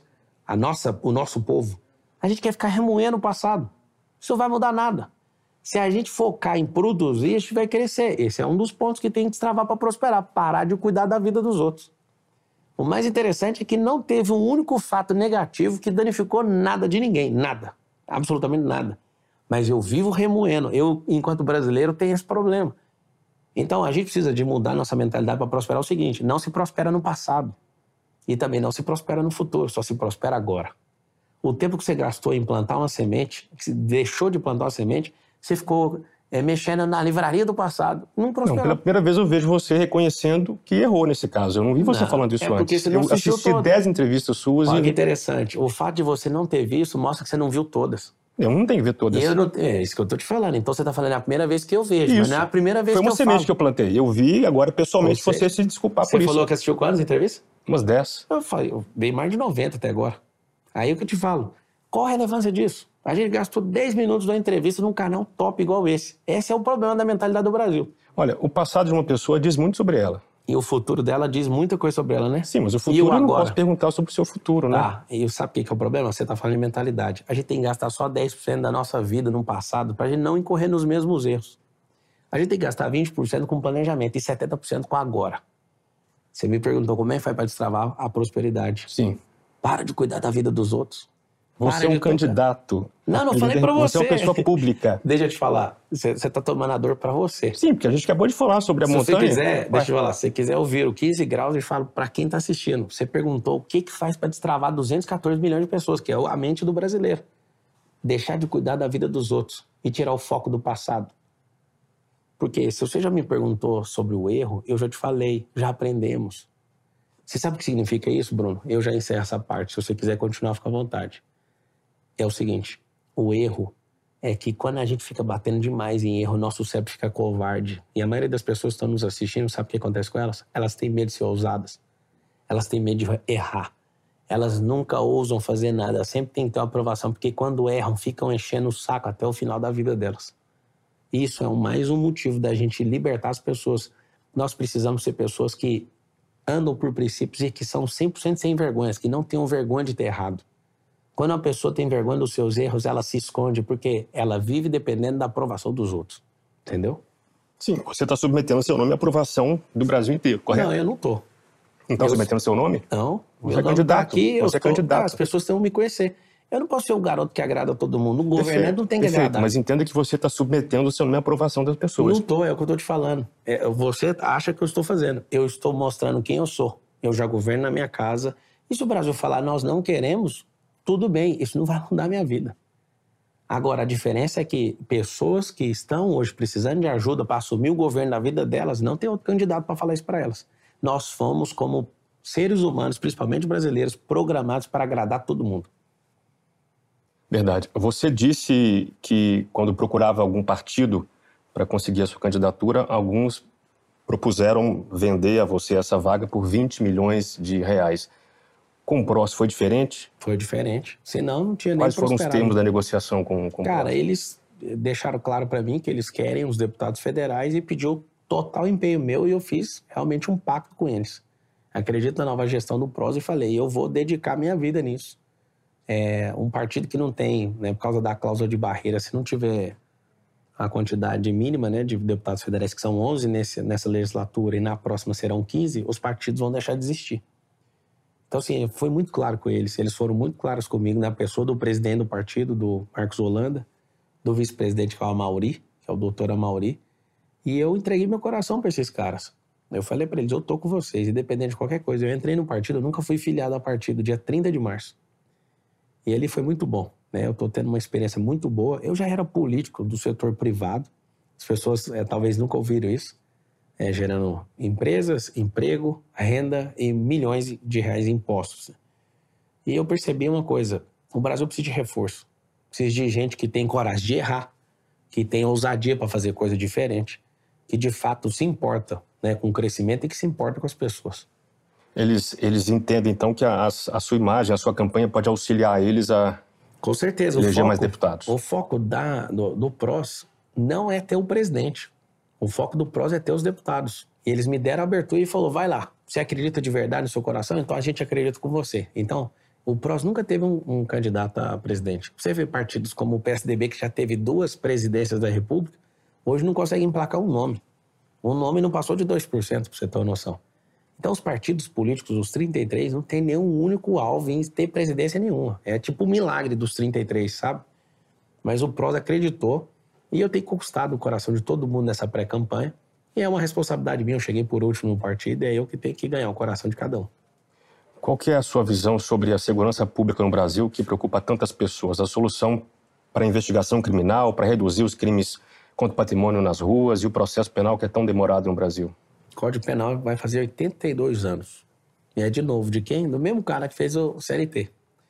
o nosso povo, a gente quer ficar remoendo o passado. Isso não vai mudar nada. Se a gente focar em produzir, a gente vai crescer. Esse é um dos pontos que tem que destravar para prosperar, parar de cuidar da vida dos outros. O mais interessante é que não teve um único fato negativo que danificou nada de ninguém, nada, absolutamente nada. Mas eu vivo remoendo, eu, enquanto brasileiro, tenho esse problema. Então, a gente precisa de mudar nossa mentalidade para prosperar o seguinte, não se prospera no passado e também não se prospera no futuro, só se prospera agora. O tempo que você gastou em plantar uma semente, que você deixou de plantar uma semente, você ficou mexendo na livraria do passado, não prosperou. Não, pela primeira vez eu vejo você reconhecendo que errou nesse caso. Eu não vi você falando isso antes. Porque você não assistiu assisti 10 entrevistas suas. Olha que interessante, o fato de você não ter visto mostra que você não viu todas. Eu não tenho que ver todas. É isso que eu tô te falando. Então você tá falando, é a primeira vez que eu vejo, mas não é a primeira vez que eu falo. Foi uma semente que eu plantei. Eu vi, agora pessoalmente você se desculpar por isso. Você falou que assistiu quantas entrevistas? Umas 10. Eu dei mais de 90 até agora. Aí o que eu te falo, qual a relevância disso? A gente gastou 10 minutos da entrevista num canal top igual esse. Esse é o problema da mentalidade do Brasil. Olha, o passado de uma pessoa diz muito sobre ela. E o futuro dela diz muita coisa sobre ela, né? Sim, mas o futuro eu não posso perguntar sobre o seu futuro, né? Tá, e sabe o que é o problema? Você tá falando de mentalidade. A gente tem que gastar só 10% da nossa vida no passado pra gente não incorrer nos mesmos erros. A gente tem que gastar 20% com planejamento e 70% com agora. Você me perguntou como é que faz pra destravar a prosperidade. Sim. Para de cuidar da vida dos outros. Você é um candidato. Não falei pra você. Você é uma pessoa pública. Deixa eu te falar. Você tá tomando a dor pra você. Sim, porque a gente acabou de falar sobre a montanha. Se você quiser, deixa eu falar, se você quiser ouvir o 15 graus, eu falo pra quem tá assistindo. Você perguntou o que faz pra destravar 214 milhões de pessoas, que é a mente do brasileiro. Deixar de cuidar da vida dos outros e tirar o foco do passado. Porque se você já me perguntou sobre o erro, eu já te falei, já aprendemos. Você sabe o que significa isso, Bruno? Eu já encerro essa parte. Se você quiser continuar, fica à vontade. É o seguinte, o erro é que quando a gente fica batendo demais em erro, nosso cérebro fica covarde. E a maioria das pessoas que estão nos assistindo, sabe o que acontece com elas? Elas têm medo de ser ousadas. Elas têm medo de errar. Elas nunca ousam fazer nada. Elas sempre têm que ter uma aprovação, porque quando erram, ficam enchendo o saco até o final da vida delas. Isso é mais um motivo da gente libertar as pessoas. Nós precisamos ser pessoas que andam por princípios e que são 100% sem vergonhas, que não tenham vergonha de ter errado. Quando uma pessoa tem vergonha dos seus erros, ela se esconde porque ela vive dependendo da aprovação dos outros. Entendeu? Sim, você está submetendo seu nome à aprovação do Brasil inteiro, correto? Não, eu não estou. Não está submetendo seu nome? Não. Você é candidato. Aqui, você é candidato. As pessoas têm que me conhecer. Eu não posso ser o garoto que agrada todo mundo. O governante não tem que agradar. Mas entenda que você está submetendo o seu nome à aprovação das pessoas. Não estou, é o que eu estou te falando. Você acha que eu estou fazendo. Eu estou mostrando quem eu sou. Eu já governo na minha casa. E se o Brasil falar, nós não queremos, tudo bem, isso não vai mudar a minha vida. Agora, a diferença é que pessoas que estão hoje precisando de ajuda para assumir o governo da vida delas, não tem outro candidato para falar isso para elas. Nós fomos, como seres humanos, principalmente brasileiros, programados para agradar todo mundo. Verdade. Você disse que quando procurava algum partido para conseguir a sua candidatura, alguns propuseram vender a você essa vaga por 20 milhões de reais. Com o PROS foi diferente? Foi diferente. Senão não tinha nem Quais foram os prosperado. termos da negociação com o PROS? Cara, eles deixaram claro para mim que eles querem os deputados federais e pediu total empenho meu e eu fiz realmente um pacto com eles. Acredito na nova gestão do PROS e falei, eu vou dedicar minha vida nisso. Um partido que não tem, né, por causa da cláusula de barreira, se não tiver a quantidade mínima, né, de deputados federais, que são 11 nessa legislatura e na próxima serão 15, os partidos vão deixar de existir. Então, assim, foi muito claro com eles. Eles foram muito claros comigo, na pessoa do presidente do partido, do Marcos Holanda, do vice-presidente, que é o Amaury, que é o doutor Amaury, e eu entreguei meu coração para esses caras. Eu falei para eles, eu tô com vocês, independente de qualquer coisa. Eu entrei no partido, eu nunca fui filiado a partido, dia 30 de março. E ali foi muito bom, né? Eu tô tendo uma experiência muito boa. Eu já era político do setor privado. As pessoas talvez nunca ouviram isso. Gerando empresas, emprego, renda e milhões de reais em impostos. E eu percebi uma coisa, o Brasil precisa de reforço. Precisa de gente que tem coragem de errar, que tem ousadia para fazer coisa diferente, que de fato se importa, né, com o crescimento e que se importa com as pessoas. Eles entendem, então, que a sua imagem, a sua campanha pode auxiliar eles a com certeza, eleger mais deputados. O foco do PROS não é ter o presidente. O foco do PROS é ter os deputados. E eles me deram a abertura e falou, vai lá, você acredita de verdade no seu coração? Então a gente acredita com você. Então, o PROS nunca teve um candidato a presidente. Você vê partidos como o PSDB, que já teve 2 presidências da República, hoje não consegue emplacar um nome. O nome não passou de 2%, para você ter uma noção. Então, os partidos políticos, os 33, não tem nenhum único alvo em ter presidência nenhuma. É tipo um milagre dos 33, sabe? Mas o PROS acreditou e eu tenho conquistado o coração de todo mundo nessa pré-campanha. E é uma responsabilidade minha, eu cheguei por último no partido e é eu que tenho que ganhar o coração de cada um. Qual que é a sua visão sobre a segurança pública no Brasil que preocupa tantas pessoas? A solução para a investigação criminal, para reduzir os crimes contra o patrimônio nas ruas e o processo penal que é tão demorado no Brasil? O Código Penal vai fazer 82 anos. E é de novo, de quem? Do mesmo cara que fez o CLT.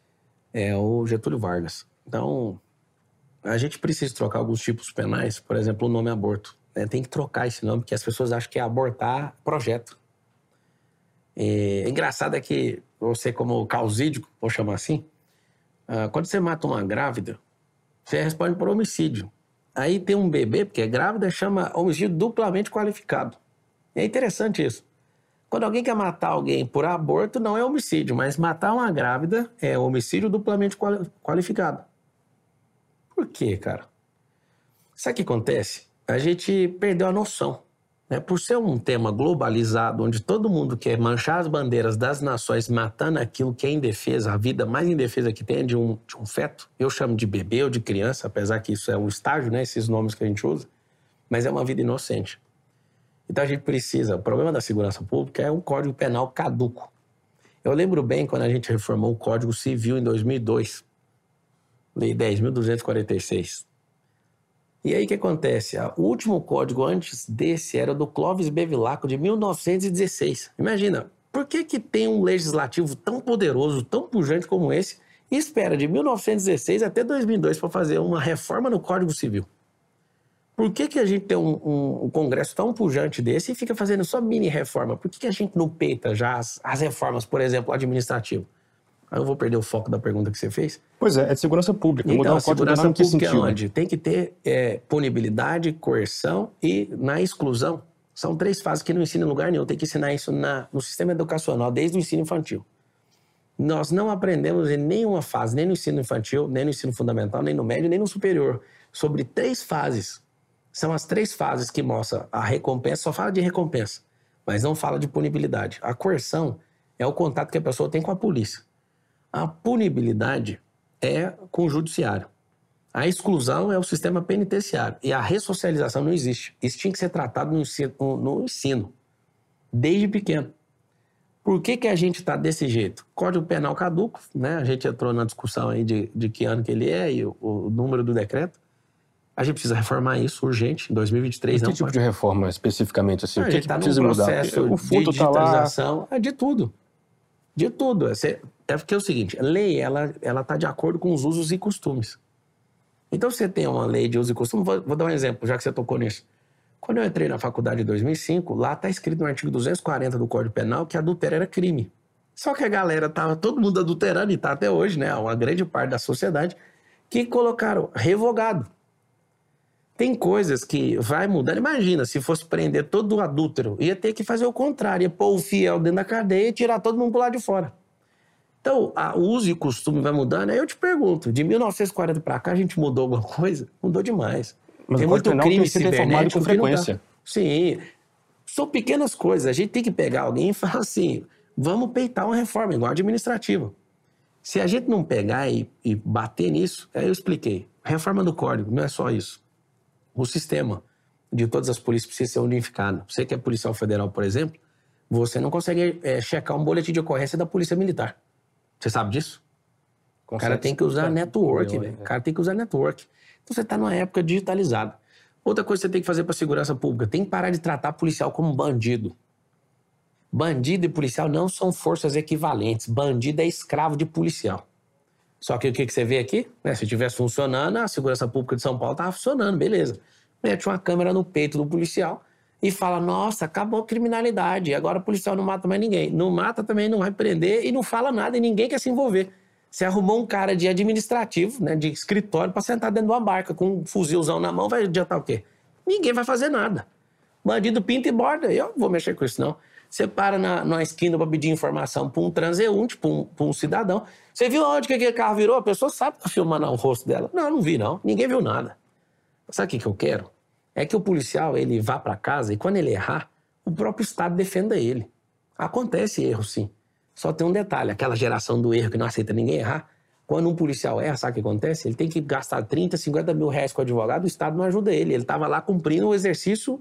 É o Getúlio Vargas. Então, a gente precisa trocar alguns tipos penais, por exemplo, o nome aborto. Tem que trocar esse nome, porque as pessoas acham que é abortar projeto. Engraçado é que você, como causídico, vou chamar assim, quando você mata uma grávida, você responde por homicídio. Aí tem um bebê, porque é grávida, chama homicídio duplamente qualificado. É interessante isso. Quando alguém quer matar alguém por aborto, não é homicídio, mas matar uma grávida é homicídio duplamente qualificado. Por quê, cara? Sabe o que acontece? A gente perdeu a noção. Né? Por ser um tema globalizado, onde todo mundo quer manchar as bandeiras das nações, matando aquilo que é indefesa, a vida mais indefesa que tem é de um feto. Eu chamo de bebê ou de criança, apesar que isso é um estágio, né? Esses nomes que a gente usa. Mas é uma vida inocente. Então a gente precisa, o problema da segurança pública é um Código Penal caduco. Eu lembro bem quando a gente reformou o Código Civil em 2002, Lei 10.246. E aí o que acontece? O último código antes desse era do Clóvis Bevilacqua, de 1916. Imagina, por que tem um legislativo tão poderoso, tão pujante como esse, e espera de 1916 até 2002 para fazer uma reforma no Código Civil? Por que a gente tem um Congresso tão pujante desse e fica fazendo só mini reforma? Por que a gente não peita já as reformas, por exemplo, administrativo? Aí eu vou perder o foco da pergunta que você fez. Pois é de segurança pública. Então, mudar o Código Penal em que sentido? Onde? Tem que ter punibilidade, coerção e na exclusão. São 3 fases que não ensinam em lugar nenhum. Tem que ensinar isso no sistema educacional, desde o ensino infantil. Nós não aprendemos em nenhuma fase, nem no ensino infantil, nem no ensino fundamental, nem no médio, nem no superior, sobre 3 fases. São as 3 fases que mostram a recompensa, só fala de recompensa, mas não fala de punibilidade. A coerção é o contato que a pessoa tem com a polícia. A punibilidade é com o judiciário. A exclusão é o sistema penitenciário. E a ressocialização não existe. Isso tinha que ser tratado no ensino desde pequeno. Por que a gente está desse jeito? Código Penal caduco, né? A gente entrou na discussão aí de que ano que ele é e o número do decreto. A gente precisa reformar isso urgente, em 2023. Que tipo de reforma especificamente? Assim, a gente está num processo de digitalização, de tudo. De tudo. É porque é o seguinte, a lei ela está de acordo com os usos e costumes. Então, você tem uma lei de uso e costume, vou dar um exemplo, já que você tocou nisso. Quando eu entrei na faculdade em 2005, lá está escrito no artigo 240 do Código Penal que adultério era crime. Só que a galera estava todo mundo adulterando, e está até hoje, né? Uma grande parte da sociedade, que colocaram revogado. Tem coisas que vai mudando. Imagina, se fosse prender todo adúltero, ia ter que fazer o contrário, ia pôr o fiel dentro da cadeia e tirar todo mundo pro lado de fora. Então, o uso e o costume vai mudando. Aí eu te pergunto, de 1940 para cá, a gente mudou alguma coisa? Mudou demais. Mas tem o muito penal crime tem sido reformado com frequência. Sim, são pequenas coisas. A gente tem que pegar alguém e falar assim, vamos peitar uma reforma, igual a administrativa. Se a gente não pegar e bater nisso, aí eu expliquei. Reforma do Código, não é só isso. O sistema de todas as polícias precisa ser unificado. Você que é policial federal, por exemplo, você não consegue checar um boletim de ocorrência da Polícia Militar. Você sabe disso? O cara tem que usar network, velho. O cara tem que usar network. Então você está numa época digitalizada. Outra coisa que você tem que fazer para a segurança pública, tem que parar de tratar policial como bandido. Bandido e policial não são forças equivalentes. Bandido é escravo de policial. Só que o que você vê aqui? Se estivesse funcionando, a segurança pública de São Paulo estava funcionando, beleza. Mete uma câmera no peito do policial e fala, nossa, acabou a criminalidade, agora o policial não mata mais ninguém. Não mata também, não vai prender e não fala nada e ninguém quer se envolver. Você arrumou um cara de administrativo, né, de escritório, para sentar dentro de uma barca com um fuzilzão na mão, vai adiantar o quê? Ninguém vai fazer nada. Bandido pinta e borda, eu não vou mexer com isso não. Você para na esquina para pedir informação para um transeunte, para um cidadão. Você viu onde que aquele carro virou? A pessoa sabe que tá filmando o rosto dela. Não, não vi não. Ninguém viu nada. Sabe o que eu quero? É que o policial, ele vá para casa e quando ele errar, o próprio Estado defenda ele. Acontece erro, sim. Só tem um detalhe, aquela geração do erro que não aceita ninguém errar, quando um policial erra, sabe o que acontece? Ele tem que gastar 30, 50 mil reais com o advogado, o Estado não ajuda ele. Ele estava lá cumprindo o exercício,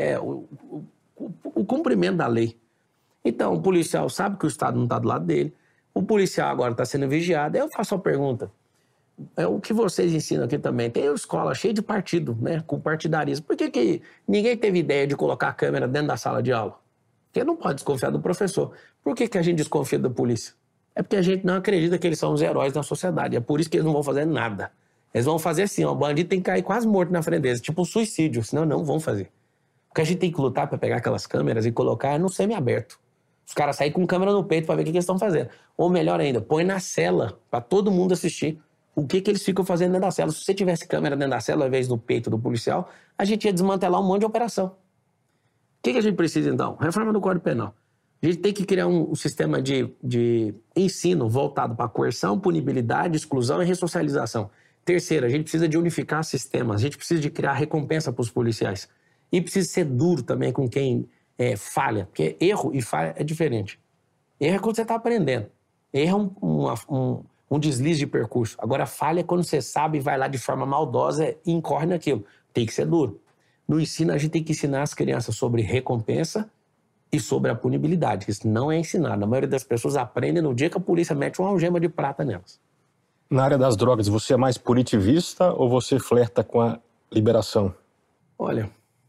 o cumprimento da lei. Então, o policial sabe que o Estado não está do lado dele, o policial agora está sendo vigiado. Aí eu faço a pergunta, é o que vocês ensinam aqui também, tem uma escola cheia de partido, né, com partidarismo. Por que ninguém teve ideia de colocar a câmera dentro da sala de aula? Porque não pode desconfiar do professor. Por que a gente desconfia da polícia? É porque a gente não acredita que eles são os heróis da sociedade. É por isso que eles não vão fazer nada. Eles vão fazer assim, ó, o bandido tem que cair quase morto na frente deles, tipo um suicídio, senão não vão fazer. Porque a gente tem que lutar para pegar aquelas câmeras e colocar no semi-aberto. Os caras saem com câmera no peito para ver o que eles estão fazendo. Ou melhor ainda, põe na cela para todo mundo assistir o que eles ficam fazendo dentro da cela. Se você tivesse câmera dentro da cela ao invés do peito do policial, a gente ia desmantelar um monte de operação. O que a gente precisa então? Reforma do Código Penal. A gente tem que criar um sistema de ensino voltado para coerção, punibilidade, exclusão e ressocialização. Terceiro, a gente precisa de unificar sistemas. A gente precisa de criar recompensa para os policiais. E precisa ser duro também com quem falha. Porque erro e falha é diferente. Erro é quando você está aprendendo. Erro é um deslize de percurso. Agora, falha é quando você sabe e vai lá de forma maldosa e incorre naquilo. Tem que ser duro. No ensino, a gente tem que ensinar as crianças sobre recompensa e sobre a punibilidade, que isso não é ensinado. A maioria das pessoas aprendem no dia que a polícia mete uma algema de prata nelas. Na área das drogas, você é mais punitivista ou você flerta com a liberação? Olha,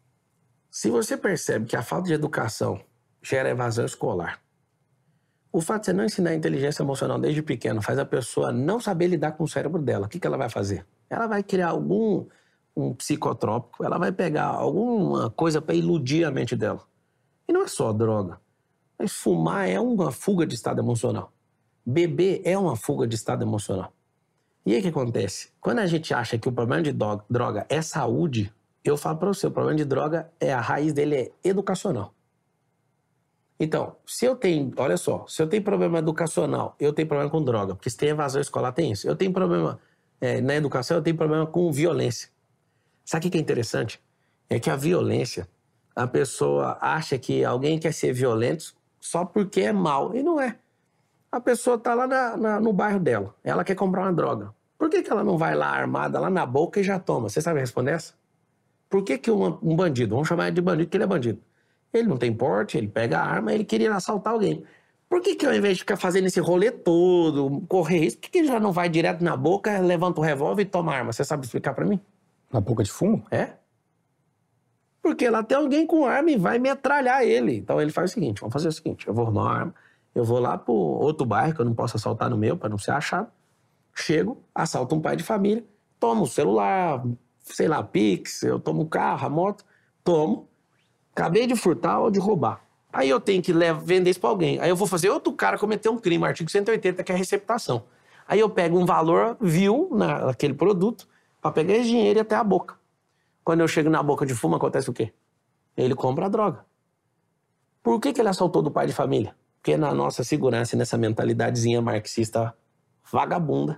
se você percebe que a falta de educação gera evasão escolar, o fato de você não ensinar a inteligência emocional desde pequeno faz a pessoa não saber lidar com o cérebro dela. O que ela vai fazer? Ela vai criar um psicotrópico, ela vai pegar alguma coisa para iludir a mente dela. E não é só droga. Mas fumar é uma fuga de estado emocional. Beber é uma fuga de estado emocional. E aí o que acontece? Quando a gente acha que o problema de droga é saúde, eu falo para você, o problema de droga a raiz dele é educacional. Então, olha só, se eu tenho problema educacional, eu tenho problema com droga, porque se tem evasão escolar, tem isso. Eu tenho problema na educação, eu tenho problema com violência. Sabe o que é interessante? É que a violência, a pessoa acha que alguém quer ser violento só porque é mal, e não é. A pessoa tá lá no bairro dela. Ela quer comprar uma droga. Por que ela não vai lá armada, lá na boca e já toma? Você sabe responder essa? Por que um bandido, vamos chamar ele de bandido, porque ele é bandido. Ele não tem porte, ele pega a arma, ele queria assaltar alguém. Por que ao invés de ficar fazendo esse rolê todo, correr risco, por que ele já não vai direto na boca, levanta o revólver e toma a arma? Você sabe explicar pra mim? Na boca de fumo? É. Porque lá tem alguém com arma e vai metralhar ele. Então ele faz o seguinte, vamos fazer o seguinte, eu vou arrumar uma arma, eu vou lá pro outro bairro, que eu não posso assaltar no meu, pra não ser achado. Chego, assalto um pai de família, tomo o celular, sei lá, Pix, eu tomo o carro, a moto, tomo, acabei de furtar ou de roubar. Aí eu tenho que vender isso pra alguém. Aí eu vou fazer outro cara cometer um crime, artigo 180, que é a receptação. Aí eu pego um valor vil naquele produto pra pegar esse dinheiro e ir até a boca. Quando eu chego na boca de fumo, acontece o quê? Ele compra a droga. Por que ele assaltou do pai de família? Porque na nossa segurança e nessa mentalidadezinha marxista vagabunda,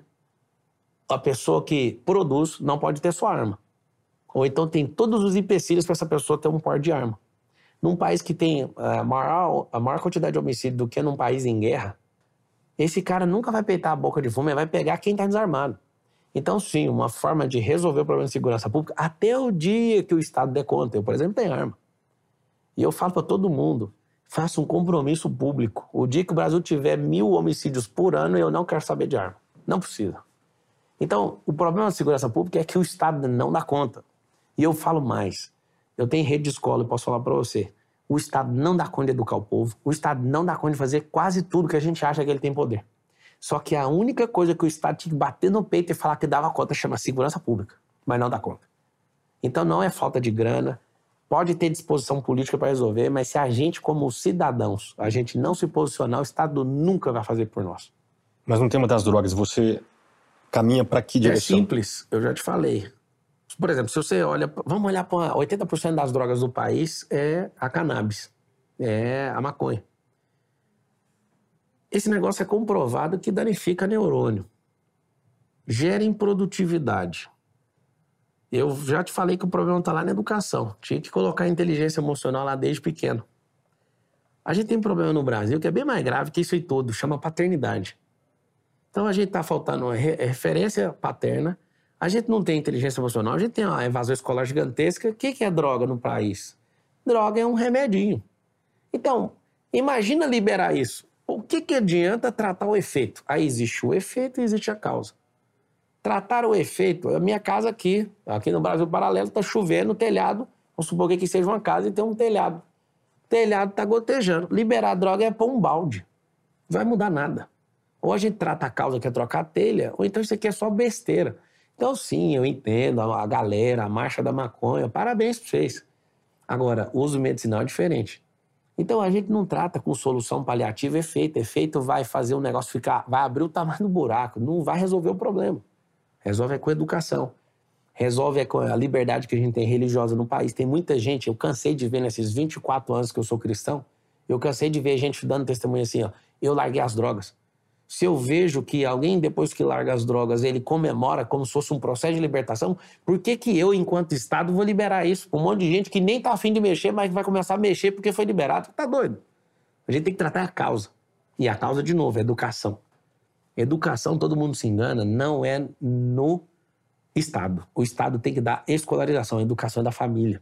a pessoa que produz não pode ter sua arma. Ou então tem todos os empecilhos para essa pessoa ter um porte de arma. Num país que tem a maior quantidade de homicídio do que num país em guerra, esse cara nunca vai peitar a boca de fumo, ele vai pegar quem está desarmado. Então, sim, uma forma de resolver o problema de segurança pública, até o dia que o Estado der conta. Eu, por exemplo, tenho arma. E eu falo para todo mundo, faça um compromisso público. O dia que o Brasil tiver 1000 homicídios por ano, eu não quero saber de arma. Não precisa. Então, o problema da segurança pública é que o Estado não dá conta. E eu falo mais. Eu tenho rede de escola, eu posso falar para você. O Estado não dá conta de educar o povo. O Estado não dá conta de fazer quase tudo que a gente acha que ele tem poder. Só que a única coisa que o Estado tinha que bater no peito e falar que dava conta chama segurança pública. Mas não dá conta. Então não é falta de grana. Pode ter disposição política para resolver, mas se a gente, como cidadãos, a gente não se posicionar, o Estado nunca vai fazer por nós. Mas no tema das drogas, você caminha para que direção? É simples, eu já te falei. Por exemplo, se você olha, vamos olhar para 80% das drogas do país é a cannabis, é a maconha. Esse negócio é comprovado que danifica neurônio, gera improdutividade. Eu já te falei que o problema está lá na educação. Tinha que colocar a inteligência emocional lá desde pequeno. A gente tem um problema no Brasil que é bem mais grave que isso aí tudo, chama paternidade. Então a gente está faltando uma referência paterna, a gente não tem inteligência emocional, a gente tem uma evasão escolar gigantesca. O que é droga no país? Droga é um remedinho. Então, imagina liberar isso. O que adianta tratar o efeito? Aí existe o efeito e existe a causa. Tratar o efeito, a minha casa aqui no Brasil Paralelo, está chovendo, o telhado, vamos supor que aqui seja uma casa e tem um telhado. O telhado está gotejando. Liberar a droga é pôr um balde. Não vai mudar nada. Ou a gente trata a causa, que é trocar a telha, ou então isso aqui é só besteira. Então sim, eu entendo a galera, a marcha da maconha, parabéns para vocês. Agora, o uso medicinal é diferente. Então a gente não trata com solução paliativa efeito. Efeito vai fazer o negócio ficar, vai abrir o tamanho do buraco, não vai resolver o problema. Resolve com educação. Resolve com a liberdade que a gente tem religiosa no país. Tem muita gente, eu cansei de ver nesses 24 anos que eu sou cristão, eu cansei de ver gente dando testemunho assim, ó, eu larguei as drogas. Se eu vejo que alguém, depois que larga as drogas, ele comemora como se fosse um processo de libertação, por que eu, enquanto Estado, vou liberar isso para um monte de gente que nem tá afim de mexer, mas vai começar a mexer porque foi liberado? Tá doido? A gente tem que tratar a causa. E a causa, de novo, é educação. Educação, todo mundo se engana, não é no Estado. O Estado tem que dar escolarização, a educação é da família.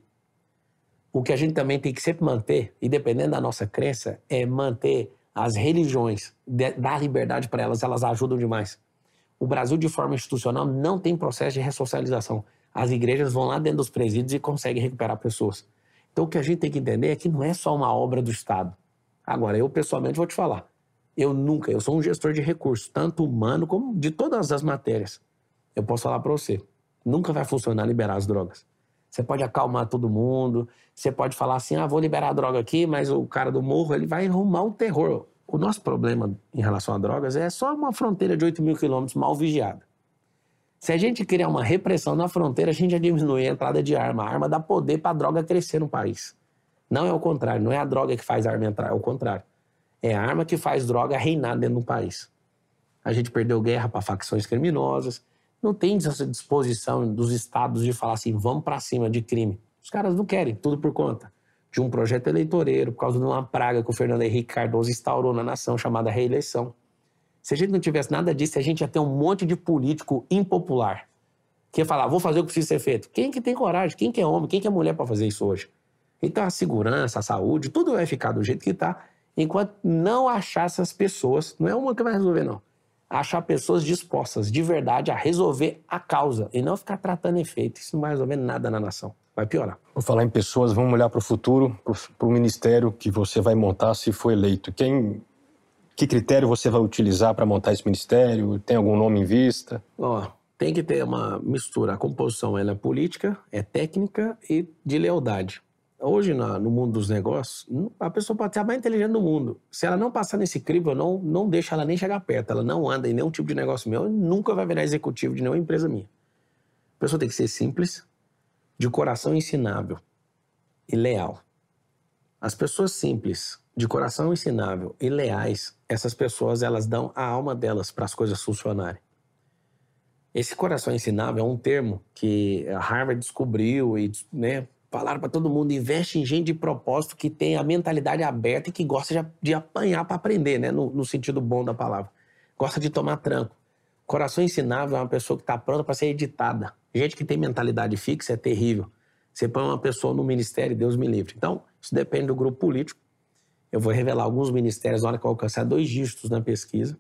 O que a gente também tem que sempre manter, e dependendo da nossa crença, é manter as religiões, dar liberdade para elas, elas ajudam demais. O Brasil, de forma institucional, não tem processo de ressocialização. As igrejas vão lá dentro dos presídios e conseguem recuperar pessoas. Então, o que a gente tem que entender é que não é só uma obra do Estado. Agora, eu pessoalmente vou te falar, eu sou um gestor de recursos, tanto humano como de todas as matérias. Eu posso falar para você, nunca vai funcionar liberar as drogas. Você pode acalmar todo mundo, você pode falar assim, vou liberar a droga aqui, mas o cara do morro, ele vai arrumar um terror. O nosso problema em relação a drogas é só uma fronteira de 8.000 quilômetros mal vigiada. Se a gente criar uma repressão na fronteira, a gente já diminui a entrada de arma. A arma dá poder para a droga crescer no país. Não é o contrário, não é a droga que faz a arma entrar, é o contrário. É a arma que faz droga reinar dentro do país. A gente perdeu guerra para facções criminosas, não tem essa disposição dos estados de falar assim, vamos para cima de crime. Os caras não querem, tudo por conta de um projeto eleitoreiro, por causa de uma praga que o Fernando Henrique Cardoso instaurou na nação, chamada reeleição. Se a gente não tivesse nada disso, a gente ia ter um monte de político impopular. Que ia falar, vou fazer o que precisa ser feito. Quem que tem coragem? Quem que é homem? Quem que é mulher para fazer isso hoje? Então a segurança, a saúde, tudo vai ficar do jeito que está, enquanto não achar essas pessoas, não é uma que vai resolver, não. Achar pessoas dispostas, de verdade, a resolver a causa e não ficar tratando efeito. Isso não vai resolver nada na nação. Vai piorar. Vou falar em pessoas, vamos olhar para o futuro, para o ministério que você vai montar se for eleito. Que critério você vai utilizar para montar esse ministério? Tem algum nome em vista? Tem que ter uma mistura. A composição ela é política, é técnica e de lealdade. Hoje, no mundo dos negócios, a pessoa pode ser a mais inteligente do mundo. Se ela não passar nesse crivo, eu não deixo ela nem chegar perto. Ela não anda em nenhum tipo de negócio meu e nunca vai virar executivo de nenhuma empresa minha. A pessoa tem que ser simples, de coração ensinável e leal. As pessoas simples, de coração ensinável e leais, essas pessoas elas dão a alma delas para as coisas funcionarem. Esse coração ensinável é um termo que a Harvard descobriu e, falaram para todo mundo, investe em gente de propósito que tem a mentalidade aberta e que gosta de apanhar para aprender, no sentido bom da palavra. Gosta de tomar tranco. Coração ensinável é uma pessoa que está pronta para ser editada. Gente que tem mentalidade fixa é terrível. Você põe uma pessoa no ministério, Deus me livre. Então, isso depende do grupo político. Eu vou revelar alguns ministérios na hora que eu alcançar 2 dígitos na pesquisa.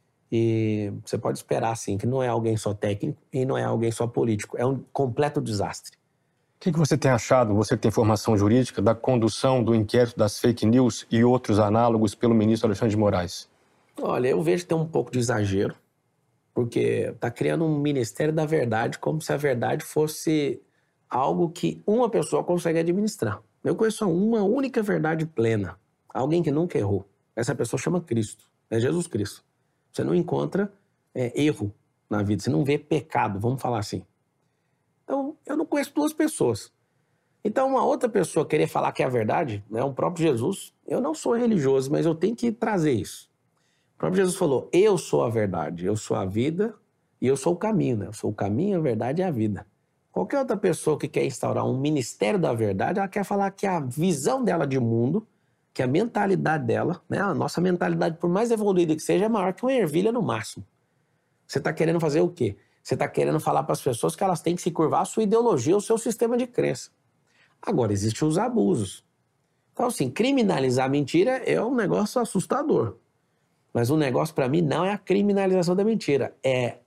E você pode esperar, assim, que não é alguém só técnico e não é alguém só político. É um completo desastre. O que você tem achado, você que tem formação jurídica, da condução do inquérito das fake news e outros análogos pelo ministro Alexandre de Moraes? Olha, eu vejo que tem um pouco de exagero, porque está criando um ministério da verdade como se a verdade fosse algo que uma pessoa consegue administrar. Eu conheço uma única verdade plena, alguém que nunca errou. Essa pessoa chama Cristo, é Jesus Cristo. Você não encontra erro na vida, você não vê pecado, vamos falar assim. Então, eu não conheço 2 pessoas. Então, uma outra pessoa querer falar que é a verdade, o próprio Jesus, eu não sou religioso, mas eu tenho que trazer isso. O próprio Jesus falou, eu sou a verdade, eu sou a vida e eu sou o caminho, Eu sou o caminho, a verdade e a vida. Qualquer outra pessoa que quer instaurar um ministério da verdade, ela quer falar que a visão dela de mundo, que a mentalidade dela, a nossa mentalidade, por mais evoluída que seja, é maior que uma ervilha no máximo. Você está querendo fazer o quê? Você está querendo falar para as pessoas que elas têm que se curvar à sua ideologia, ao seu sistema de crença. Agora, existem os abusos. Então, assim, criminalizar a mentira é um negócio assustador. Mas o negócio, para mim, não é a criminalização da mentira. É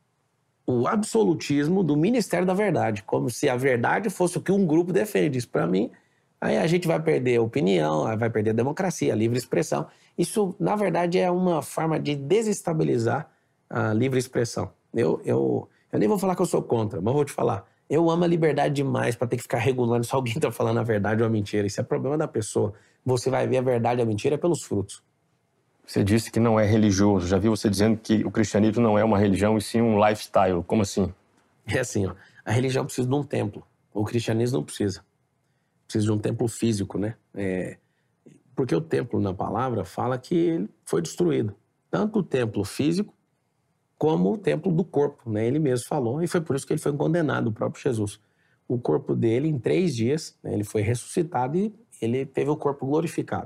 o absolutismo do Ministério da Verdade. Como se a verdade fosse o que um grupo defende. Isso, para mim, aí a gente vai perder a opinião, vai perder a democracia, a livre expressão. Isso, na verdade, é uma forma de desestabilizar a livre expressão. Eu nem vou falar que eu sou contra, mas vou te falar. Eu amo a liberdade demais para ter que ficar regulando se alguém está falando a verdade ou a mentira. Isso é problema da pessoa. Você vai ver a verdade e a mentira pelos frutos. Você disse que não é religioso. Já vi você dizendo que o cristianismo não é uma religião e sim um lifestyle. Como assim? É assim, a religião precisa de um templo. O cristianismo não precisa. Precisa de um templo físico, Porque o templo, na palavra, fala que ele foi destruído. Tanto o templo físico como o templo do corpo, Ele mesmo falou, e foi por isso que ele foi condenado, o próprio Jesus. O corpo dele, em 3 dias, ele foi ressuscitado e ele teve o corpo glorificado.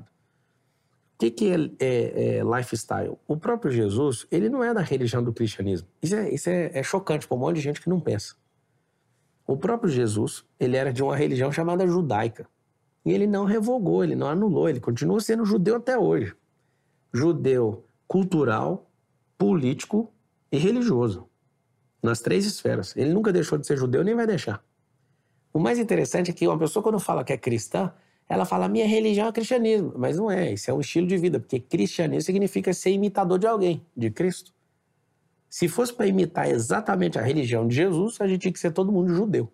O que é lifestyle? O próprio Jesus, ele não é da religião do cristianismo. Isso é chocante para um monte de gente que não pensa. O próprio Jesus, ele era de uma religião chamada judaica. E ele não revogou, ele não anulou, ele continua sendo judeu até hoje. Judeu cultural, político e religioso, nas 3 esferas. Ele nunca deixou de ser judeu, nem vai deixar. O mais interessante é que uma pessoa, quando fala que é cristã, ela fala, minha religião é cristianismo. Mas não é, isso é um estilo de vida, porque cristianismo significa ser imitador de alguém, de Cristo. Se fosse para imitar exatamente a religião de Jesus, a gente tinha que ser todo mundo judeu.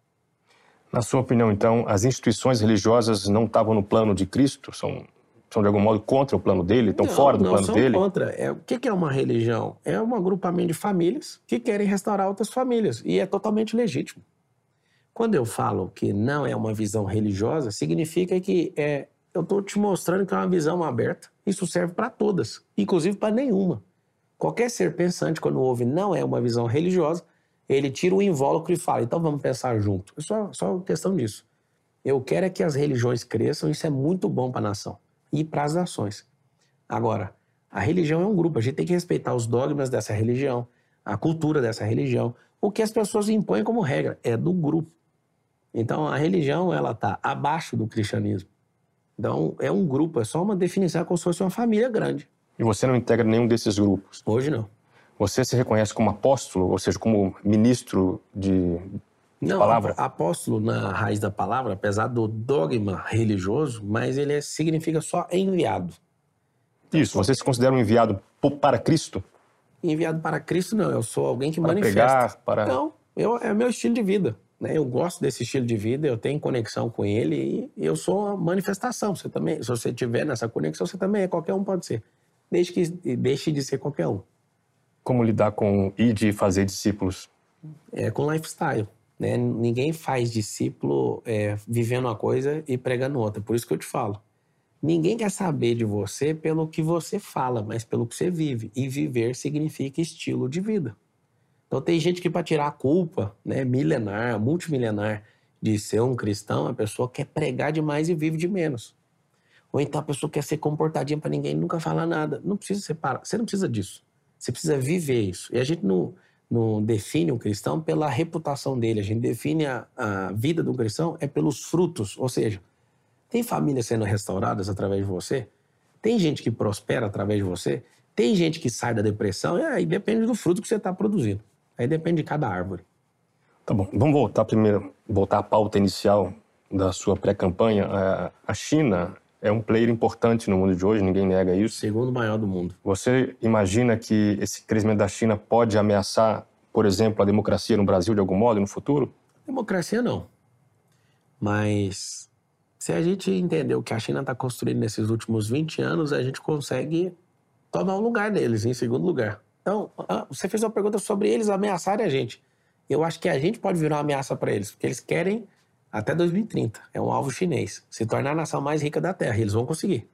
Na sua opinião, então, as instituições religiosas não estavam no plano de Cristo? São de algum modo contra o plano dele? Estão fora do plano dele? Não, são contra. O que é uma religião? É um agrupamento de famílias que querem restaurar outras famílias. E é totalmente legítimo. Quando eu falo que não é uma visão religiosa, significa que eu estou te mostrando que é uma visão aberta. Isso serve para todas, inclusive para nenhuma. Qualquer ser pensante, quando ouve não é uma visão religiosa, ele tira o invólucro e fala, então vamos pensar junto. É só questão disso. Eu quero é que as religiões cresçam, isso é muito bom para a nação e para as nações. Agora, A religião é um grupo, a gente tem que respeitar os dogmas dessa religião, a cultura dessa religião. O que as pessoas impõem como regra é do grupo. Então, a religião, ela está abaixo do cristianismo. Então, é um grupo, é só uma definição como se fosse uma família grande. E você não integra nenhum desses grupos? Hoje, não. Você se reconhece como apóstolo, ou seja, como ministro de palavra? Não, apóstolo na raiz da palavra, apesar do dogma religioso, mas ele significa só enviado. Isso, você se considera um enviado para Cristo? Enviado para Cristo, não. Eu sou alguém que para manifesta. Pregar, para... Não, é meu estilo de vida. Né? Eu gosto desse estilo de vida, eu tenho conexão com ele e eu sou a manifestação. Você também, se você tiver nessa conexão, você também é. Qualquer um pode ser. Desde que deixe de ser qualquer um. Como lidar com ir de fazer discípulos? É com lifestyle. Né? Ninguém faz discípulo vivendo uma coisa e pregando outra. Por isso que eu te falo. Ninguém quer saber de você pelo que você fala, mas pelo que você vive. E viver significa estilo de vida. Então tem gente que para tirar a culpa, né, milenar, multimilenar, de ser um cristão, a pessoa quer pregar demais e vive de menos. Ou então a pessoa quer ser comportadinha para ninguém nunca falar nada. Não precisa separar, você não precisa disso. Você precisa viver isso. E a gente não define um cristão pela reputação dele, a gente define a vida do cristão pelos frutos, ou seja, tem famílias sendo restauradas através de você? Tem gente que prospera através de você? Tem gente que sai da depressão? E aí depende do fruto que você está produzindo. Aí depende de cada árvore. Tá bom. Vamos voltar à pauta inicial da sua pré-campanha. A China é um player importante no mundo de hoje, ninguém nega isso. Segundo maior do mundo. Você imagina que esse crescimento da China pode ameaçar, por exemplo, a democracia no Brasil de algum modo no futuro? Democracia não. Mas se a gente entender o que a China está construindo nesses últimos 20 anos, a gente consegue tomar o lugar deles, em segundo lugar. Então, você fez uma pergunta sobre eles ameaçarem a gente. Eu acho que a gente pode virar uma ameaça para eles, porque eles querem, até 2030, é um alvo chinês, se tornar a nação mais rica da Terra. Eles vão conseguir.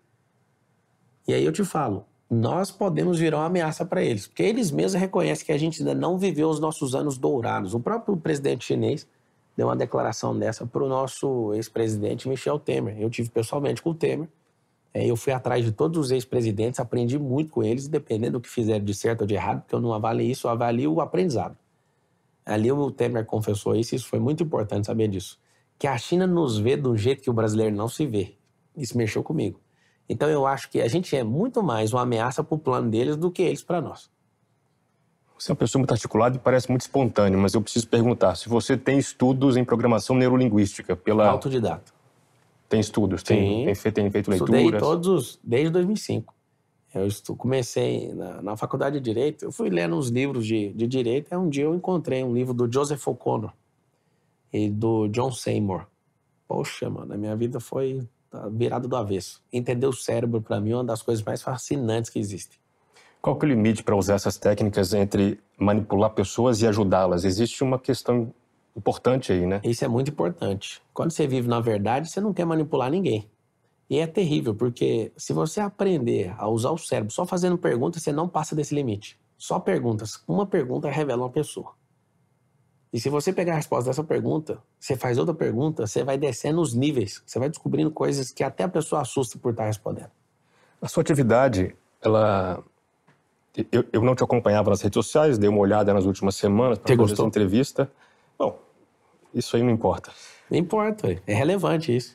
E aí eu te falo, nós podemos virar uma ameaça para eles, porque eles mesmos reconhecem que a gente ainda não viveu os nossos anos dourados. O próprio presidente chinês deu uma declaração dessa para o nosso ex-presidente Michel Temer. Eu tive pessoalmente com o Temer. Eu fui atrás de todos os ex-presidentes, aprendi muito com eles, dependendo do que fizeram de certo ou de errado, porque eu não avalio isso, eu avalio o aprendizado. Ali o Temer confessou isso foi muito importante saber disso. Que a China nos vê de um jeito que o brasileiro não se vê. Isso mexeu comigo. Então eu acho que a gente é muito mais uma ameaça para o plano deles do que eles para nós. Você é uma pessoa muito articulada e parece muito espontâneo, mas eu preciso perguntar se você tem estudos em programação neurolinguística pela... Autodidata. Tem estudos? Sim. Tem feito leituras? Estudei todos desde 2005. Eu comecei na faculdade de Direito, eu fui lendo uns livros de Direito, e um dia eu encontrei um livro do Joseph O'Connor e do John Seymour. Poxa, mano, a minha vida foi virada do avesso. Entender o cérebro, para mim, é uma das coisas mais fascinantes que existem. Qual que é o limite para usar essas técnicas entre manipular pessoas e ajudá-las? Existe uma questão importante aí, né? Isso é muito importante. Quando você vive na verdade, você não quer manipular ninguém. E é terrível, porque se você aprender a usar o cérebro só fazendo perguntas, você não passa desse limite. Só perguntas. Uma pergunta revela uma pessoa. E se você pegar a resposta dessa pergunta, você faz outra pergunta, você vai descendo os níveis. Você vai descobrindo coisas que até a pessoa assusta por estar respondendo. A sua atividade, ela... Eu não te acompanhava nas redes sociais, dei uma olhada nas últimas semanas para fazer essa entrevista. Bom, isso aí não importa. Não importa, é relevante isso.